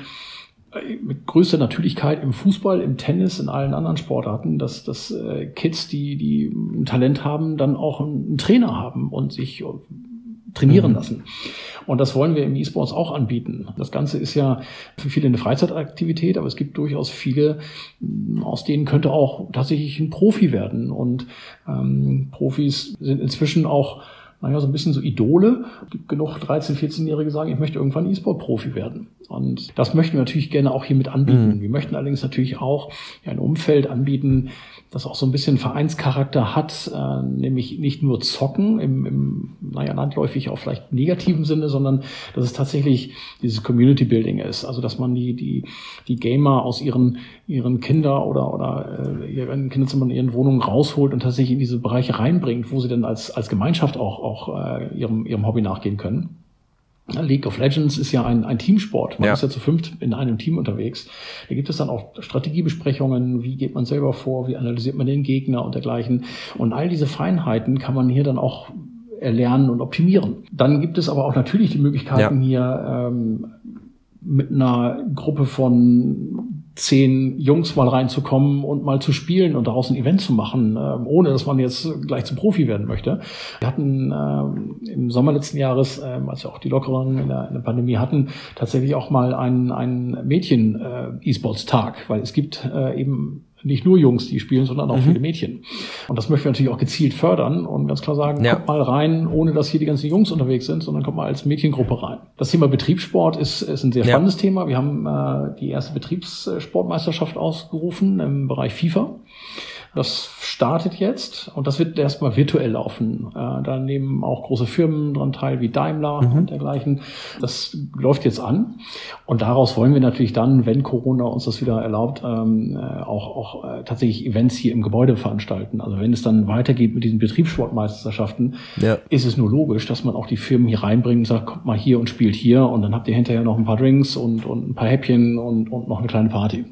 mit größter Natürlichkeit im Fußball, im Tennis, in allen anderen Sportarten, dass Kids, die ein Talent haben, dann auch einen Trainer haben und sich trainieren lassen. Und das wollen wir im E-Sports auch anbieten. Das Ganze ist ja für viele eine Freizeitaktivität, aber es gibt durchaus viele, aus denen könnte auch tatsächlich ein Profi werden. Und Profis sind inzwischen auch so ein bisschen so Idole. Es gibt genug 13-, 14-Jährige, die sagen, ich möchte irgendwann E-Sport-Profi werden. Und das möchten wir natürlich gerne auch hier mit anbieten. Wir möchten allerdings natürlich auch ein Umfeld anbieten, das auch so ein bisschen Vereinscharakter hat, nämlich nicht nur Zocken im landläufig auch vielleicht negativen Sinne, sondern dass es tatsächlich dieses Community Building ist. Also dass man die Gamer aus ihren Kinder oder ihren Kinderzimmern, ihren Wohnungen rausholt und tatsächlich in diese Bereiche reinbringt, wo sie dann als Gemeinschaft auch ihrem Hobby nachgehen können. League of Legends ist ja ein Teamsport. Man ist ja zu 5 in einem Team unterwegs. Da gibt es dann auch Strategiebesprechungen. Wie geht man selber vor? Wie analysiert man den Gegner und dergleichen? Und all diese Feinheiten kann man hier dann auch erlernen und optimieren. Dann gibt es aber auch natürlich die Möglichkeiten hier mit einer Gruppe von 10 Jungs mal reinzukommen und mal zu spielen und daraus ein Event zu machen, ohne dass man jetzt gleich zum Profi werden möchte. Wir hatten im Sommer letzten Jahres, als wir auch die Lockerungen in der Pandemie hatten, tatsächlich auch mal einen Mädchen-E-Sports-Tag, weil es gibt eben nicht nur Jungs, die spielen, sondern auch viele Mädchen. Und das möchten wir natürlich auch gezielt fördern und ganz klar sagen, kommt mal rein, ohne dass hier die ganzen Jungs unterwegs sind, sondern kommt mal als Mädchengruppe rein. Das Thema Betriebssport ist ein sehr spannendes Thema. Wir haben die erste Betriebssportmeisterschaft ausgerufen im Bereich FIFA. Das startet jetzt und das wird erstmal virtuell laufen. Da nehmen auch große Firmen dran teil, wie Daimler und dergleichen. Das läuft jetzt an und daraus wollen wir natürlich dann, wenn Corona uns das wieder erlaubt, auch tatsächlich Events hier im Gebäude veranstalten. Also wenn es dann weitergeht mit diesen Betriebssportmeisterschaften, ist es nur logisch, dass man auch die Firmen hier reinbringt und sagt, kommt mal hier und spielt hier und dann habt ihr hinterher noch ein paar Drinks und ein paar Häppchen und noch eine kleine Party.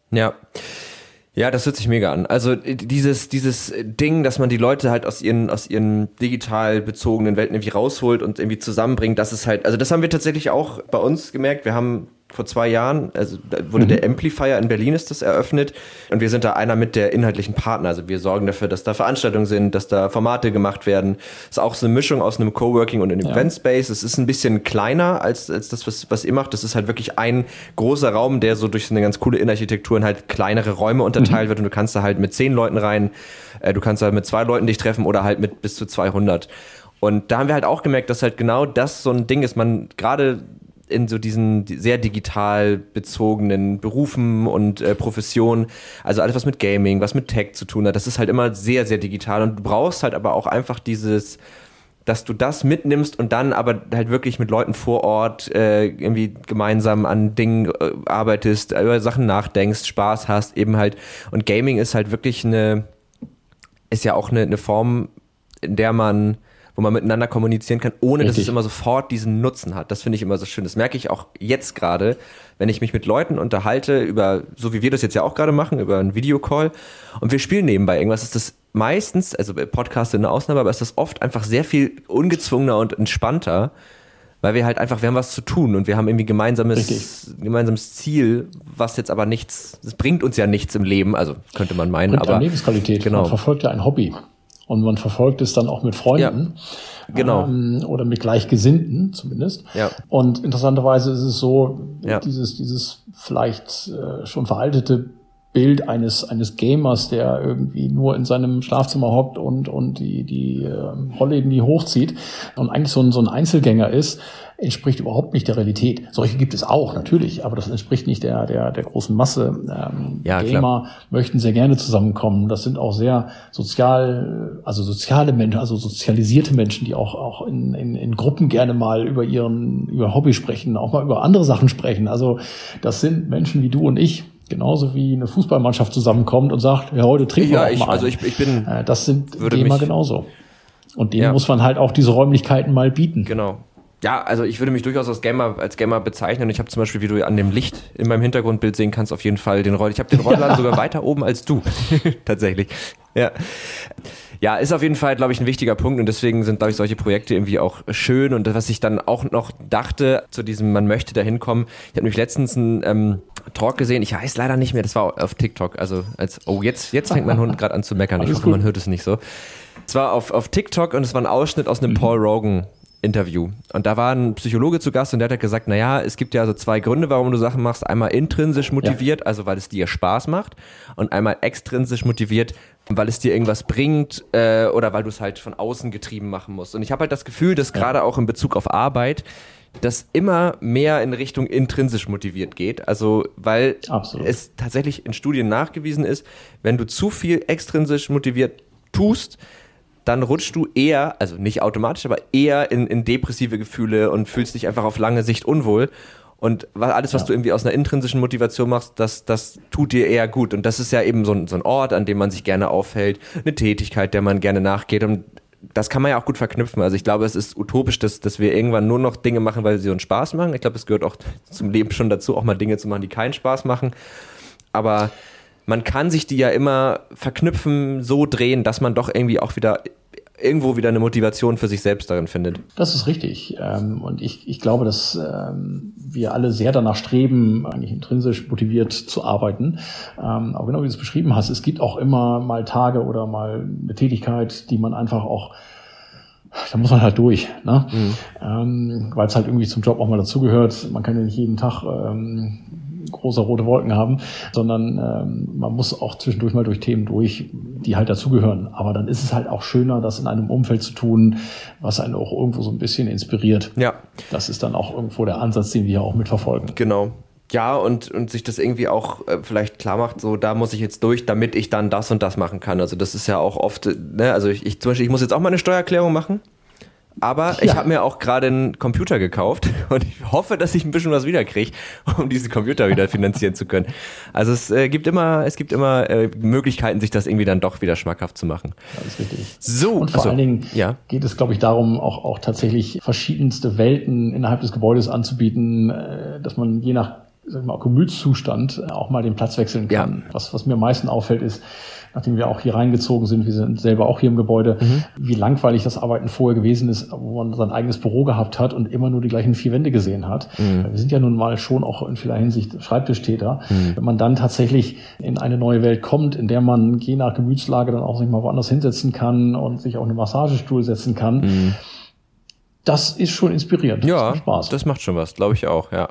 Ja, das hört sich mega an. Also dieses Ding, dass man die Leute halt aus ihren digital bezogenen Welten irgendwie rausholt und irgendwie zusammenbringt, das ist halt, also das haben wir tatsächlich auch bei uns gemerkt. Wir haben vor 2 Jahren, also da wurde der Amplifier in Berlin ist das eröffnet und wir sind da einer mit der inhaltlichen Partner. Also wir sorgen dafür, dass da Veranstaltungen sind, dass da Formate gemacht werden. Das ist auch so eine Mischung aus einem Coworking und einem Event Space. Es ist ein bisschen kleiner als das, was ihr macht. Das ist halt wirklich ein großer Raum, der so durch so eine ganz coole Innenarchitektur in halt kleinere Räume unterteilt wird und du kannst da halt mit 10 Leuten rein, du kannst da mit 2 Leuten dich treffen oder halt mit bis zu 200. Und da haben wir halt auch gemerkt, dass halt genau das so ein Ding ist, man gerade in so diesen sehr digital bezogenen Berufen und Professionen, also alles, was mit Gaming, was mit Tech zu tun hat, das ist halt immer sehr, sehr digital und du brauchst halt aber auch einfach dieses, dass du das mitnimmst und dann aber halt wirklich mit Leuten vor Ort irgendwie gemeinsam an Dingen arbeitest, über Sachen nachdenkst, Spaß hast, eben halt. Und Gaming ist halt wirklich ist ja auch eine Form, in der wo man miteinander kommunizieren kann, ohne dass es immer sofort diesen Nutzen hat. Das finde ich immer so schön. Das merke ich auch jetzt gerade, wenn ich mich mit Leuten unterhalte, über, so wie wir das jetzt ja auch gerade machen, über einen Videocall und wir spielen nebenbei irgendwas, ist das meistens, also Podcast sind eine Ausnahme, aber ist das oft einfach sehr viel ungezwungener und entspannter, weil wir halt einfach, wir haben was zu tun und wir haben irgendwie gemeinsames Ziel, was jetzt aber nichts, das bringt uns ja nichts im Leben, also könnte man meinen, aber Lebensqualität, genau. Man verfolgt ja ein Hobby. Und man verfolgt es dann auch mit Freunden. Ja, genau. Oder mit Gleichgesinnten zumindest. Ja. Und interessanterweise ist es so, dieses vielleicht schon veraltete Bild eines Gamers, der irgendwie nur in seinem Schlafzimmer hockt und die Rollläden nie hochzieht und eigentlich so ein Einzelgänger ist, entspricht überhaupt nicht der Realität. Solche gibt es auch, natürlich, aber das entspricht nicht der großen Masse. Gamer klar. Möchten sehr gerne zusammenkommen. Das sind auch sehr soziale Menschen, also sozialisierte Menschen, die auch in Gruppen gerne mal über Hobby sprechen, auch mal über andere Sachen sprechen. Also das sind Menschen wie du und ich, genauso wie eine Fußballmannschaft zusammenkommt und sagt, ja, heute trinken wir auch mal. Also ich bin, das sind Gamer genauso. Und denen muss man halt auch diese Räumlichkeiten mal bieten. Genau. Ja, also ich würde mich durchaus als Gamer bezeichnen. Ich habe zum Beispiel, wie du an dem Licht in meinem Hintergrundbild sehen kannst, auf jeden Fall ich habe den Rollladen sogar weiter oben als du. Tatsächlich. Ja, ist auf jeden Fall, glaube ich, ein wichtiger Punkt und deswegen sind, glaube ich, solche Projekte irgendwie auch schön und was ich dann auch noch dachte zu diesem, man möchte da hinkommen. Ich habe nämlich letztens einen Talk gesehen, ich weiß leider nicht mehr, das war auf TikTok, jetzt fängt mein Hund gerade an zu meckern, ich hoffe, man hört es nicht so. Es war auf TikTok und es war ein Ausschnitt aus einem Paul Rogan Interview. Und da war ein Psychologe zu Gast und der hat gesagt, naja, es gibt ja so 2 Gründe, warum du Sachen machst. Einmal intrinsisch motiviert, also weil es dir Spaß macht und einmal extrinsisch motiviert, weil es dir irgendwas bringt oder weil du es halt von außen getrieben machen musst. Und ich habe halt das Gefühl, dass gerade auch in Bezug auf Arbeit das immer mehr in Richtung intrinsisch motiviert geht. Also weil es tatsächlich in Studien nachgewiesen ist, wenn du zu viel extrinsisch motiviert tust, dann rutschst du eher, also nicht automatisch, aber eher in depressive Gefühle und fühlst dich einfach auf lange Sicht unwohl. Und alles, was du irgendwie aus einer intrinsischen Motivation machst, das tut dir eher gut. Und das ist ja eben so ein Ort, an dem man sich gerne aufhält, eine Tätigkeit, der man gerne nachgeht. Und das kann man ja auch gut verknüpfen. Also ich glaube, es ist utopisch, dass wir irgendwann nur noch Dinge machen, weil sie uns Spaß machen. Ich glaube, es gehört auch zum Leben schon dazu, auch mal Dinge zu machen, die keinen Spaß machen. Aber man kann sich die ja immer verknüpfen, so drehen, dass man doch irgendwie auch irgendwo wieder eine Motivation für sich selbst darin findet. Das ist richtig. Und ich glaube, dass wir alle sehr danach streben, eigentlich intrinsisch motiviert zu arbeiten. Aber genau wie du es beschrieben hast, es gibt auch immer mal Tage oder mal eine Tätigkeit, die man einfach auch, da muss man halt durch, ne? Weil es halt irgendwie zum Job auch mal dazugehört. Man kann ja nicht jeden Tag große rote Wolken haben, sondern man muss auch zwischendurch mal durch Themen durch, die halt dazugehören. Aber dann ist es halt auch schöner, das in einem Umfeld zu tun, was einen auch irgendwo so ein bisschen inspiriert. Ja. Das ist dann auch irgendwo der Ansatz, den wir ja auch mitverfolgen. Genau. Ja, und sich das irgendwie auch vielleicht klar macht, so da muss ich jetzt durch, damit ich dann das und das machen kann. Also das ist ja auch oft, ne, also ich zum Beispiel, ich muss jetzt auch mal eine Steuererklärung machen. Aber ich habe mir auch gerade einen Computer gekauft und ich hoffe, dass ich ein bisschen was wiederkriege, um diesen Computer wieder finanzieren zu können. Also es gibt immer Möglichkeiten, sich das irgendwie dann doch wieder schmackhaft zu machen. Das ist richtig. So, und vor allen Dingen geht es, glaube ich, darum, auch tatsächlich verschiedenste Welten innerhalb des Gebäudes anzubieten, dass man je nach Gemütszustand auch mal den Platz wechseln kann. Ja. Was mir am meisten auffällt, ist, nachdem wir auch hier reingezogen sind, wir sind selber auch hier im Gebäude, wie langweilig das Arbeiten vorher gewesen ist, wo man sein eigenes Büro gehabt hat und immer nur die gleichen 4 Wände gesehen hat. Wir sind ja nun mal schon auch in vieler Hinsicht Schreibtischtäter. Wenn man dann tatsächlich in eine neue Welt kommt, in der man je nach Gemütslage dann auch sich mal woanders hinsetzen kann und sich auf einen Massagestuhl setzen kann, das ist schon inspirierend. Ja, das macht Spaß. Das macht schon was, glaube ich auch, ja.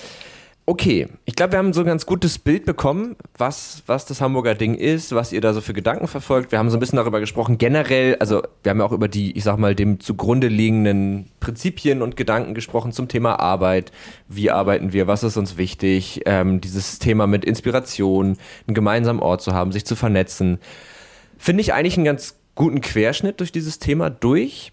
Okay, ich glaube, wir haben so ein ganz gutes Bild bekommen, was das Hamburger Ding ist, was ihr da so für Gedanken verfolgt. Wir haben so ein bisschen darüber gesprochen, generell, also wir haben ja auch über die, ich sag mal, dem zugrunde liegenden Prinzipien und Gedanken gesprochen zum Thema Arbeit. Wie arbeiten wir, was ist uns wichtig, dieses Thema mit Inspiration, einen gemeinsamen Ort zu haben, sich zu vernetzen. Finde ich eigentlich einen ganz guten Querschnitt durch dieses Thema durch.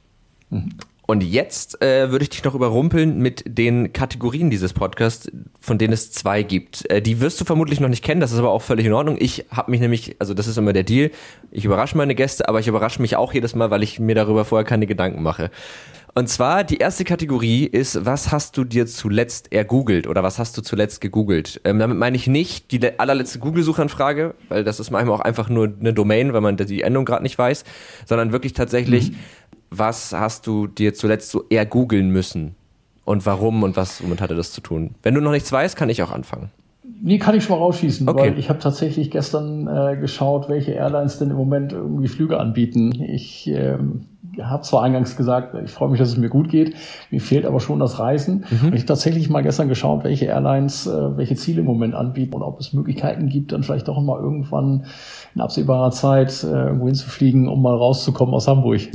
Und jetzt würde ich dich noch überrumpeln mit den Kategorien dieses Podcasts, von denen es 2 gibt. Die wirst du vermutlich noch nicht kennen, das ist aber auch völlig in Ordnung. Ich habe mich nämlich, also das ist immer der Deal, ich überrasche meine Gäste, aber ich überrasche mich auch jedes Mal, weil ich mir darüber vorher keine Gedanken mache. Und zwar, die erste Kategorie ist, was hast du dir zuletzt ergoogelt oder was hast du zuletzt gegoogelt? Damit meine ich nicht die allerletzte Google-Suchanfrage, weil das ist manchmal auch einfach nur eine Domain, weil man die Endung gerade nicht weiß, sondern wirklich tatsächlich, was hast du dir zuletzt so ergoogeln müssen? Und warum und womit hatte das zu tun? Wenn du noch nichts weißt, kann ich auch anfangen. Nee, kann ich schon mal rausschießen, weil ich habe tatsächlich gestern geschaut, welche Airlines denn im Moment irgendwie Flüge anbieten. Ich habe zwar eingangs gesagt, ich freue mich, dass es mir gut geht, mir fehlt aber schon das Reisen. Und ich habe tatsächlich mal gestern geschaut, welche Airlines welche Ziele im Moment anbieten und ob es Möglichkeiten gibt, dann vielleicht doch mal irgendwann in absehbarer Zeit irgendwo hinzufliegen, um mal rauszukommen aus Hamburg.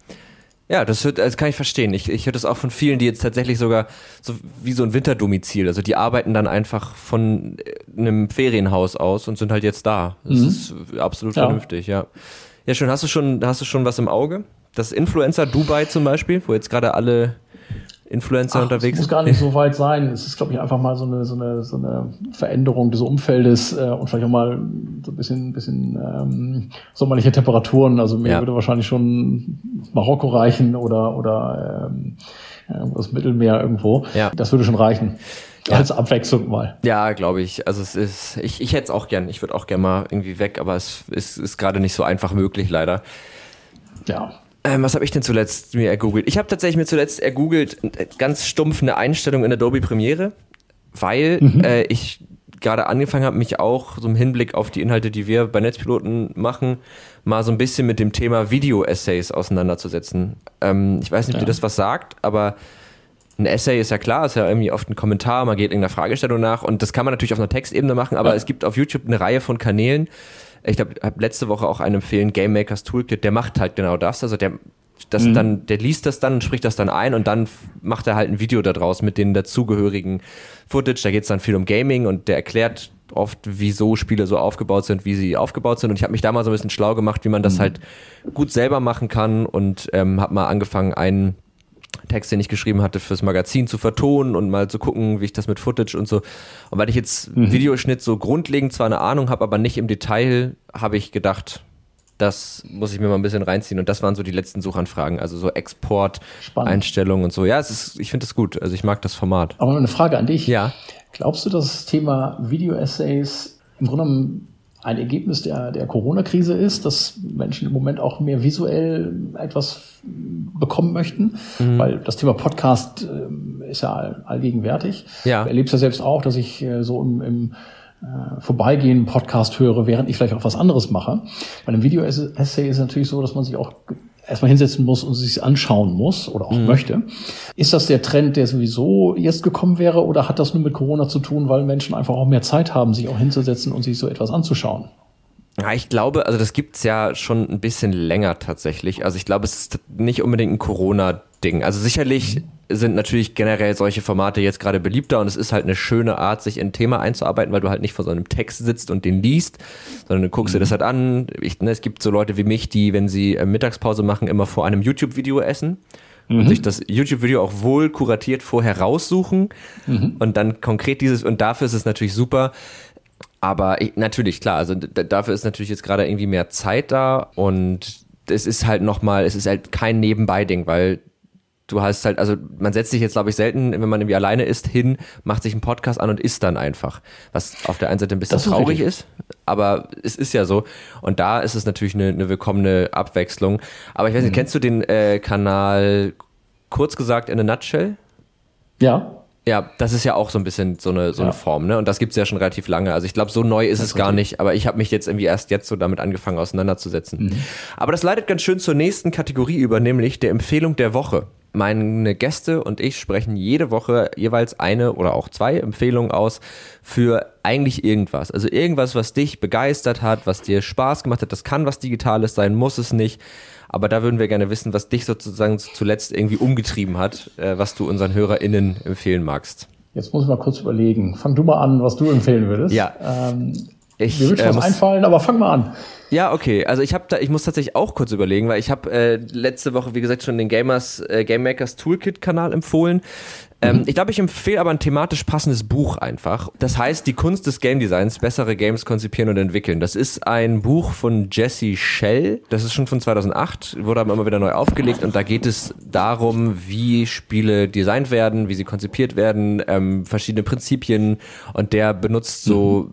Ja, das kann ich verstehen. Ich höre das auch von vielen, die jetzt tatsächlich sogar so wie so ein Winterdomizil, also die arbeiten dann einfach von einem Ferienhaus aus und sind halt jetzt da. Das ist absolut vernünftig, ja. Ja, schön. Hast du schon was im Auge? Das Influencer Dubai zum Beispiel, wo jetzt gerade alle Influencer unterwegs sind? Es muss gar nicht so weit sein. Es ist, glaube ich, einfach mal so eine Veränderung des Umfeldes und vielleicht auch mal so ein bisschen sommerliche Temperaturen. Also mir würde wahrscheinlich schon Marokko reichen oder das Mittelmeer irgendwo. Ja. Das würde schon reichen. Ja. Als Abwechslung mal. Ja, glaube ich. Also ich hätte es auch gern. Ich würde auch gern mal irgendwie weg, aber es ist gerade nicht so einfach möglich, leider. Ja. Was habe ich denn zuletzt mir ergoogelt? Ich habe tatsächlich mir zuletzt ergoogelt, ganz stumpf eine Einstellung in Adobe Premiere, weil ich gerade angefangen habe, mich auch so im Hinblick auf die Inhalte, die wir bei Netzpiloten machen, mal so ein bisschen mit dem Thema Video-Essays auseinanderzusetzen. Ich weiß nicht, ob dir das was sagt, aber ein Essay ist ja klar, ist ja irgendwie oft ein Kommentar, man geht irgendeiner Fragestellung nach und das kann man natürlich auf einer Textebene machen, aber es gibt auf YouTube eine Reihe von Kanälen. Ich glaube, ich habe letzte Woche auch einen empfehlen, Game Makers Toolkit, der macht halt genau das. Also der liest das dann und spricht das dann ein und dann macht er halt ein Video daraus mit den dazugehörigen Footage. Da geht es dann viel um Gaming und der erklärt oft, wieso Spiele so aufgebaut sind, wie sie aufgebaut sind. Und ich habe mich da mal so ein bisschen schlau gemacht, wie man das halt gut selber machen kann und habe mal angefangen, einen Text, den ich geschrieben hatte, fürs Magazin zu vertonen und mal zu gucken, wie ich das mit Footage und so. Und weil ich jetzt Videoschnitt so grundlegend zwar eine Ahnung habe, aber nicht im Detail, habe ich gedacht, das muss ich mir mal ein bisschen reinziehen. Und das waren so die letzten Suchanfragen, also so Export-Einstellungen und so. Ja, ich finde das gut. Also ich mag das Format. Aber eine Frage an dich. Ja. Glaubst du, dass das Thema Video-Essays im Grunde genommen ein Ergebnis der Corona-Krise ist, dass Menschen im Moment auch mehr visuell etwas bekommen möchten? Weil das Thema Podcast ist ja allgegenwärtig. Ja. Du erlebst ja selbst auch, dass ich so im Vorbeigehen Podcast höre, während ich vielleicht auch was anderes mache. Bei einem Video-Essay ist es natürlich so, dass man sich auch erstmal hinsetzen muss und sich anschauen muss oder auch möchte. Ist das der Trend, der sowieso jetzt gekommen wäre oder hat das nur mit Corona zu tun, weil Menschen einfach auch mehr Zeit haben, sich auch hinzusetzen und sich so etwas anzuschauen? Ja, ich glaube, also das gibt's ja schon ein bisschen länger tatsächlich. Also ich glaube, es ist nicht unbedingt ein Corona-Ding. Also sicherlich sind natürlich generell solche Formate jetzt gerade beliebter und es ist halt eine schöne Art, sich in ein Thema einzuarbeiten, weil du halt nicht vor so einem Text sitzt und den liest, sondern du guckst dir das halt an. Es gibt so Leute wie mich, die, wenn sie Mittagspause machen, immer vor einem YouTube-Video essen und sich das YouTube-Video auch wohl kuratiert vorher raussuchen und dann konkret und dafür ist es natürlich super. Aber natürlich, klar, also dafür ist natürlich jetzt gerade irgendwie mehr Zeit da und es ist halt kein Nebenbei-Ding, weil du hast halt, also man setzt sich jetzt, glaube ich, selten, wenn man irgendwie alleine ist, hin, macht sich einen Podcast an und isst dann einfach. Was auf der einen Seite ein bisschen traurig ist, aber es ist ja so. Und da ist es natürlich eine willkommene Abwechslung. Aber ich weiß nicht, kennst du den Kanal kurz gesagt in a nutshell? Ja. Ja, das ist ja auch so ein bisschen so eine Form, ne? Und das gibt's ja schon relativ lange. Also ich glaube, so neu ist es gar nicht, aber ich habe mich jetzt irgendwie erst jetzt so damit angefangen auseinanderzusetzen. Aber das leitet ganz schön zur nächsten Kategorie über, nämlich der Empfehlung der Woche. Meine Gäste und ich sprechen jede Woche jeweils eine oder auch zwei Empfehlungen aus für eigentlich irgendwas. Also irgendwas, was dich begeistert hat, was dir Spaß gemacht hat. Das kann was Digitales sein, muss es nicht. Aber da würden wir gerne wissen, was dich sozusagen zuletzt irgendwie umgetrieben hat, was du unseren HörerInnen empfehlen magst. Jetzt muss ich mal kurz überlegen. Fang du mal an, was du empfehlen würdest. Ja. Mir wird schon was einfallen, aber fang mal an. Ja, okay. Also ich muss tatsächlich auch kurz überlegen, weil ich habe letzte Woche, wie gesagt, schon den Game Makers Toolkit Kanal empfohlen. Ich glaube, ich empfehle aber ein thematisch passendes Buch einfach. Das heißt, die Kunst des Game Designs, bessere Games konzipieren und entwickeln. Das ist ein Buch von Jesse Schell. Das ist schon von 2008, wurde aber immer wieder neu aufgelegt und da geht es darum, wie Spiele designt werden, wie sie konzipiert werden, verschiedene Prinzipien und der benutzt so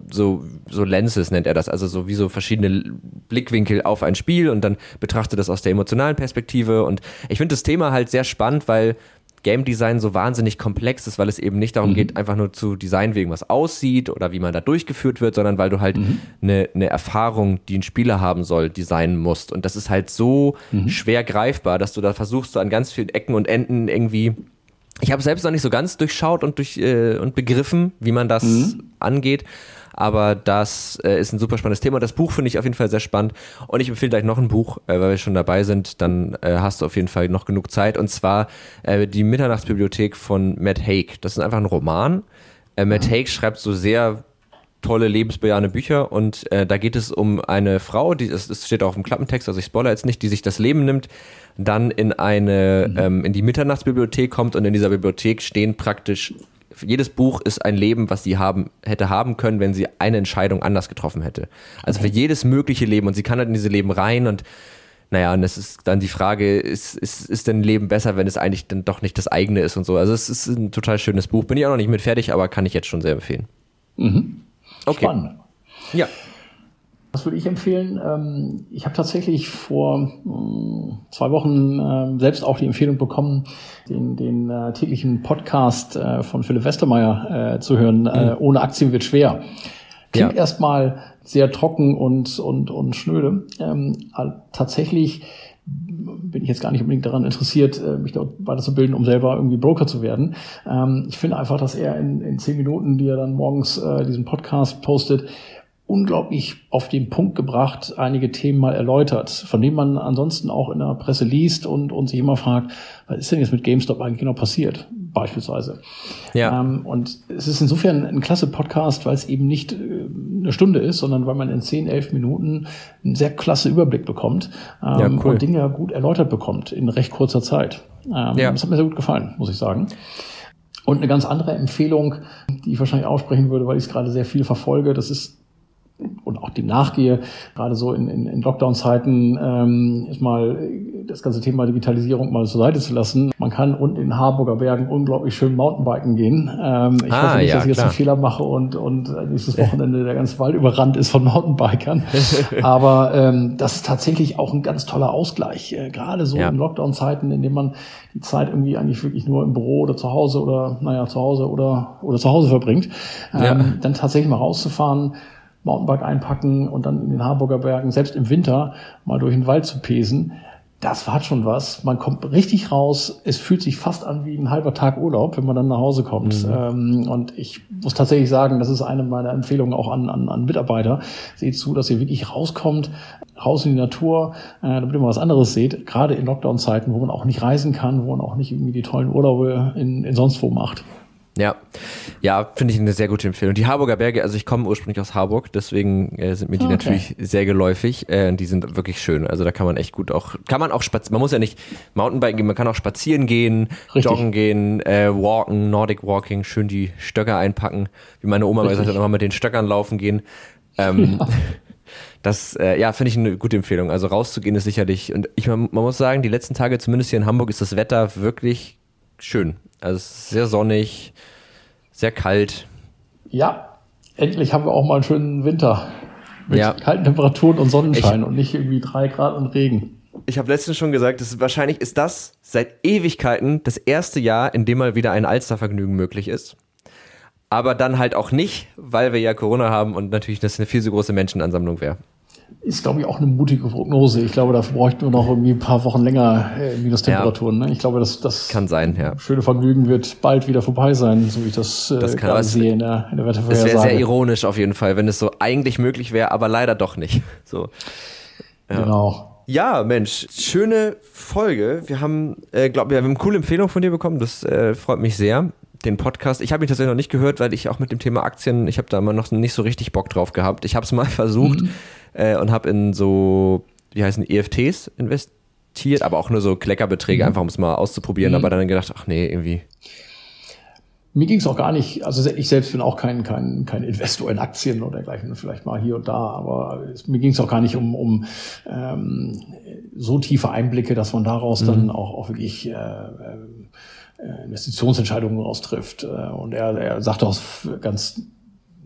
Lenses, nennt er das, also so wie so verschiedene Blickwinkel auf ein Spiel und dann betrachtet das aus der emotionalen Perspektive und ich finde das Thema halt sehr spannend, weil Game Design so wahnsinnig komplex ist, weil es eben nicht darum geht, einfach nur zu designen, wie irgendwas aussieht oder wie man da durchgeführt wird, sondern weil du halt eine Erfahrung, die ein Spieler haben soll, designen musst. Und das ist halt so schwer greifbar, dass du da versuchst, so an ganz vielen Ecken und Enden irgendwie. Ich habe selbst noch nicht so ganz durchschaut und begriffen, wie man das angeht. Aber das ist ein super spannendes Thema. Das Buch finde ich auf jeden Fall sehr spannend. Und ich empfehle gleich noch ein Buch, weil wir schon dabei sind. Dann hast du auf jeden Fall noch genug Zeit. Und zwar die Mitternachtsbibliothek von Matt Haig. Das ist einfach ein Roman. Matt Haig schreibt so sehr tolle, lebensbejahende Bücher. Und da geht es um eine Frau, es steht auch im Klappentext, also ich spoilere jetzt nicht, die sich das Leben nimmt, dann in in die Mitternachtsbibliothek kommt. Und in dieser Bibliothek stehen praktisch jedes Buch ist ein Leben, was sie hätte haben können, wenn sie eine Entscheidung anders getroffen hätte. Also für jedes mögliche Leben. Und sie kann halt in diese Leben rein und naja, und es ist dann die Frage, ist denn ein Leben besser, wenn es eigentlich dann doch nicht das eigene ist und so. Also es ist ein total schönes Buch. Bin ich auch noch nicht mit fertig, aber kann ich jetzt schon sehr empfehlen. Okay. Spannend. Ja. Was würde ich empfehlen? Ich habe tatsächlich vor 2 Wochen selbst auch die Empfehlung bekommen, den täglichen Podcast von Philipp Westermeier zu hören. Ohne Aktien wird schwer. Klingt erstmal sehr trocken und schnöde. Tatsächlich bin ich jetzt gar nicht unbedingt daran interessiert, mich dort weiterzubilden, um selber irgendwie Broker zu werden. Ich finde einfach, dass er in 10 Minuten, die er dann morgens diesen Podcast postet, unglaublich auf den Punkt gebracht, einige Themen mal erläutert, von denen man ansonsten auch in der Presse liest und sich immer fragt, was ist denn jetzt mit GameStop eigentlich genau passiert, beispielsweise. Ja. Und es ist insofern ein klasse Podcast, weil es eben nicht eine Stunde ist, sondern weil man in 10, 11 Minuten einen sehr klasse Überblick bekommt und Dinge gut erläutert bekommt in recht kurzer Zeit. Das hat mir sehr gut gefallen, muss ich sagen. Und eine ganz andere Empfehlung, die ich wahrscheinlich aussprechen würde, weil ich es gerade sehr viel verfolge, das ist und auch dem nachgehe, gerade so in Lockdown-Zeiten ist mal das ganze Thema Digitalisierung mal zur Seite zu lassen. Man kann unten in Harburger Bergen unglaublich schön Mountainbiken gehen. Ich hoffe nicht, dass ich jetzt einen Fehler mache und nächstes Wochenende der ganze Wald überrannt ist von Mountainbikern. Aber das ist tatsächlich auch ein ganz toller Ausgleich. Gerade so in Lockdown-Zeiten, in denen man die Zeit irgendwie eigentlich wirklich nur im Büro oder zu Hause oder zu Hause verbringt, dann tatsächlich mal rauszufahren, Mountainbike einpacken und dann in den Harburger Bergen, selbst im Winter, mal durch den Wald zu pesen. Das hat schon was. Man kommt richtig raus. Es fühlt sich fast an wie ein halber Tag Urlaub, wenn man dann nach Hause kommt. Und ich muss tatsächlich sagen, das ist eine meiner Empfehlungen auch an Mitarbeiter. Seht zu, dass ihr wirklich rauskommt, raus in die Natur, damit ihr mal was anderes seht. Gerade in Lockdown-Zeiten, wo man auch nicht reisen kann, wo man auch nicht irgendwie die tollen Urlaube in sonst wo macht. Ja, finde ich eine sehr gute Empfehlung. Die Harburger Berge, also ich komme ursprünglich aus Harburg, deswegen sind mir die natürlich sehr geläufig. Die sind wirklich schön. Also da kann man echt gut spazieren. Man muss ja nicht Mountainbiken gehen, man kann auch spazieren gehen, joggen gehen, walken, Nordic Walking, schön die Stöcker einpacken. Wie meine Oma mal gesagt hat, nochmal mit den Stöckern laufen gehen. Das, finde ich eine gute Empfehlung. Also rauszugehen ist sicherlich, und man muss sagen, die letzten Tage, zumindest hier in Hamburg, ist das Wetter wirklich schön. Also es ist sehr sonnig, sehr kalt. Ja, endlich haben wir auch mal einen schönen Winter mit kalten Temperaturen und Sonnenschein und nicht irgendwie 3 Grad und Regen. Ich habe letztens schon gesagt, wahrscheinlich ist das seit Ewigkeiten das erste Jahr, in dem mal wieder ein Alstervergnügen möglich ist. Aber dann halt auch nicht, weil wir ja Corona haben und natürlich das eine viel zu große Menschenansammlung wäre. Ist, glaube ich, auch eine mutige Prognose. Ich glaube, dafür bräuchten wir noch irgendwie ein paar Wochen länger Minustemperaturen. Ne? Ich glaube, das kann sein, schöne Vergnügen wird bald wieder vorbei sein, so wie ich das gerade sehe in der Wettervorhersage. Das wäre sehr ironisch auf jeden Fall, wenn es so eigentlich möglich wäre, aber leider doch nicht. So. Ja. Genau. Ja, Mensch, schöne Folge. Wir haben, wir haben eine coole Empfehlung von dir bekommen. Das freut mich sehr. Den Podcast, ich habe ihn tatsächlich noch nicht gehört, weil ich auch mit dem Thema Aktien, ich habe da immer noch nicht so richtig Bock drauf gehabt. Ich habe es mal versucht und habe in so, wie heißen EFTs investiert, aber auch nur so Kleckerbeträge, einfach um es mal auszuprobieren, aber dann gedacht, ach nee, irgendwie. Mir ging es auch gar nicht, also ich selbst bin auch kein Investor in Aktien oder dergleichen, vielleicht mal hier und da, aber mir ging es auch gar nicht um so tiefe Einblicke, dass man daraus dann auch wirklich Investitionsentscheidungen raustrifft. Und er sagte auch ganz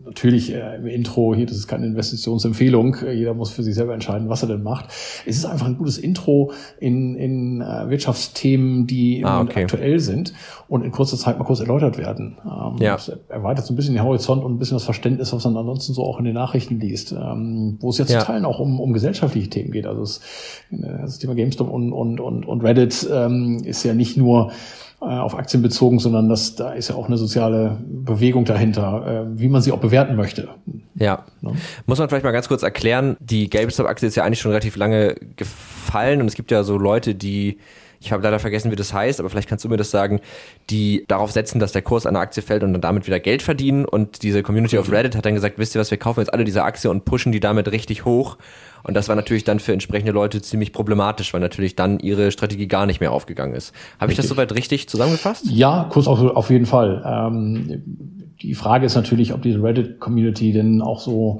natürlich im Intro, hier, das ist keine Investitionsempfehlung, jeder muss für sich selber entscheiden, was er denn macht. Es ist einfach ein gutes Intro in Wirtschaftsthemen, die im Moment aktuell sind und in kurzer Zeit mal kurz erläutert werden. Das erweitert so ein bisschen den Horizont und ein bisschen das Verständnis, was man ansonsten so auch in den Nachrichten liest, wo es ja zu Teilen auch um gesellschaftliche Themen geht. Also das Thema GameStop und Reddit ist ja nicht nur auf Aktien bezogen, sondern da ist ja auch eine soziale Bewegung dahinter, wie man sie auch bewerten möchte. Ja. Muss man vielleicht mal ganz kurz erklären, die GameStop-Aktie ist ja eigentlich schon relativ lange gefallen und es gibt ja so Leute, ich habe leider vergessen, wie das heißt, aber vielleicht kannst du mir das sagen, die darauf setzen, dass der Kurs einer Aktie fällt und dann damit wieder Geld verdienen und diese Community auf Reddit hat dann gesagt, wisst ihr was, wir kaufen jetzt alle diese Aktie und pushen die damit richtig hoch. Und das war natürlich dann für entsprechende Leute ziemlich problematisch, weil natürlich dann ihre Strategie gar nicht mehr aufgegangen ist. Habe ich das soweit richtig zusammengefasst? Ja, Kurs auf jeden Fall. Die Frage ist natürlich, ob diese Reddit-Community denn auch so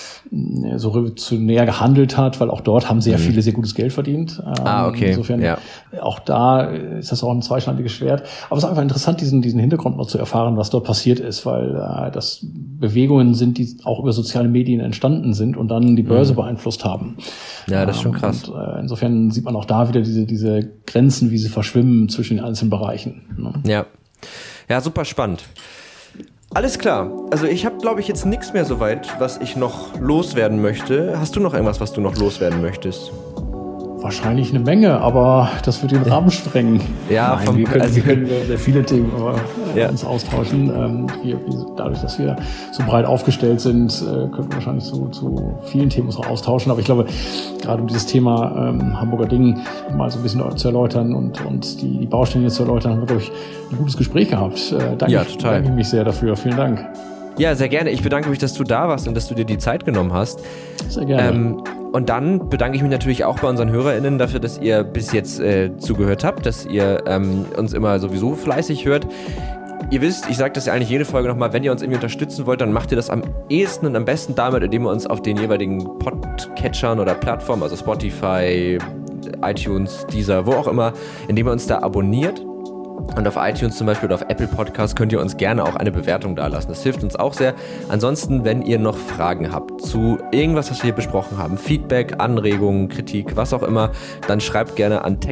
revolutionär gehandelt hat, weil auch dort haben sehr viele sehr gutes Geld verdient. Okay. Insofern, auch da ist das auch ein zweischneidiges Schwert. Aber es ist einfach interessant, diesen Hintergrund noch zu erfahren, was dort passiert ist, weil das Bewegungen sind, die auch über soziale Medien entstanden sind und dann die Börse beeinflusst haben. Ja, das ist schon krass. Und insofern sieht man auch da wieder diese Grenzen, wie sie verschwimmen zwischen den einzelnen Bereichen. Ne? Ja, super spannend. Alles klar. Also ich habe, glaube ich, jetzt nichts mehr soweit, was ich noch loswerden möchte. Hast du noch irgendwas, was du noch loswerden möchtest? Wahrscheinlich eine Menge, aber das wird den Rahmen sprengen. Ja, nein, wir können sehr viele Themen uns austauschen. Dadurch, dass wir so breit aufgestellt sind, können wir wahrscheinlich zu vielen Themen uns auch austauschen. Aber ich glaube, gerade um dieses Thema Hamburger Ding mal so ein bisschen zu erläutern und die Baustellen jetzt zu erläutern, haben wir, glaube ich, ein gutes Gespräch gehabt. Danke ich mich sehr dafür. Vielen Dank. Ja, sehr gerne. Ich bedanke mich, dass du da warst und dass du dir die Zeit genommen hast. Sehr gerne. Und dann bedanke ich mich natürlich auch bei unseren HörerInnen dafür, dass ihr bis jetzt zugehört habt, dass ihr uns immer sowieso fleißig hört. Ihr wisst, ich sage das ja eigentlich jede Folge nochmal, wenn ihr uns irgendwie unterstützen wollt, dann macht ihr das am ehesten und am besten damit, indem ihr uns auf den jeweiligen Podcatchern oder Plattformen, also Spotify, iTunes, Deezer, wo auch immer, indem ihr uns da abonniert. Und auf iTunes zum Beispiel oder auf Apple Podcasts könnt ihr uns gerne auch eine Bewertung dalassen. Das hilft uns auch sehr. Ansonsten, wenn ihr noch Fragen habt zu irgendwas, was wir hier besprochen haben, Feedback, Anregungen, Kritik, was auch immer, dann schreibt gerne an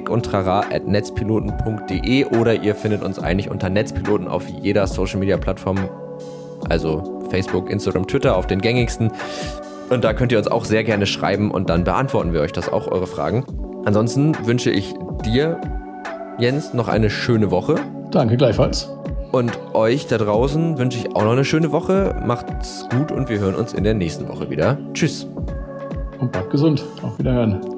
techundtrara@netzpiloten.de oder ihr findet uns eigentlich unter Netzpiloten auf jeder Social Media Plattform, also Facebook, Instagram, Twitter, auf den gängigsten. Und da könnt ihr uns auch sehr gerne schreiben und dann beantworten wir euch das auch, eure Fragen. Ansonsten wünsche ich dir, Jens, noch eine schöne Woche. Danke, gleichfalls. Und euch da draußen wünsche ich auch noch eine schöne Woche. Macht's gut und wir hören uns in der nächsten Woche wieder. Tschüss. Und bleibt gesund. Auf Wiederhören.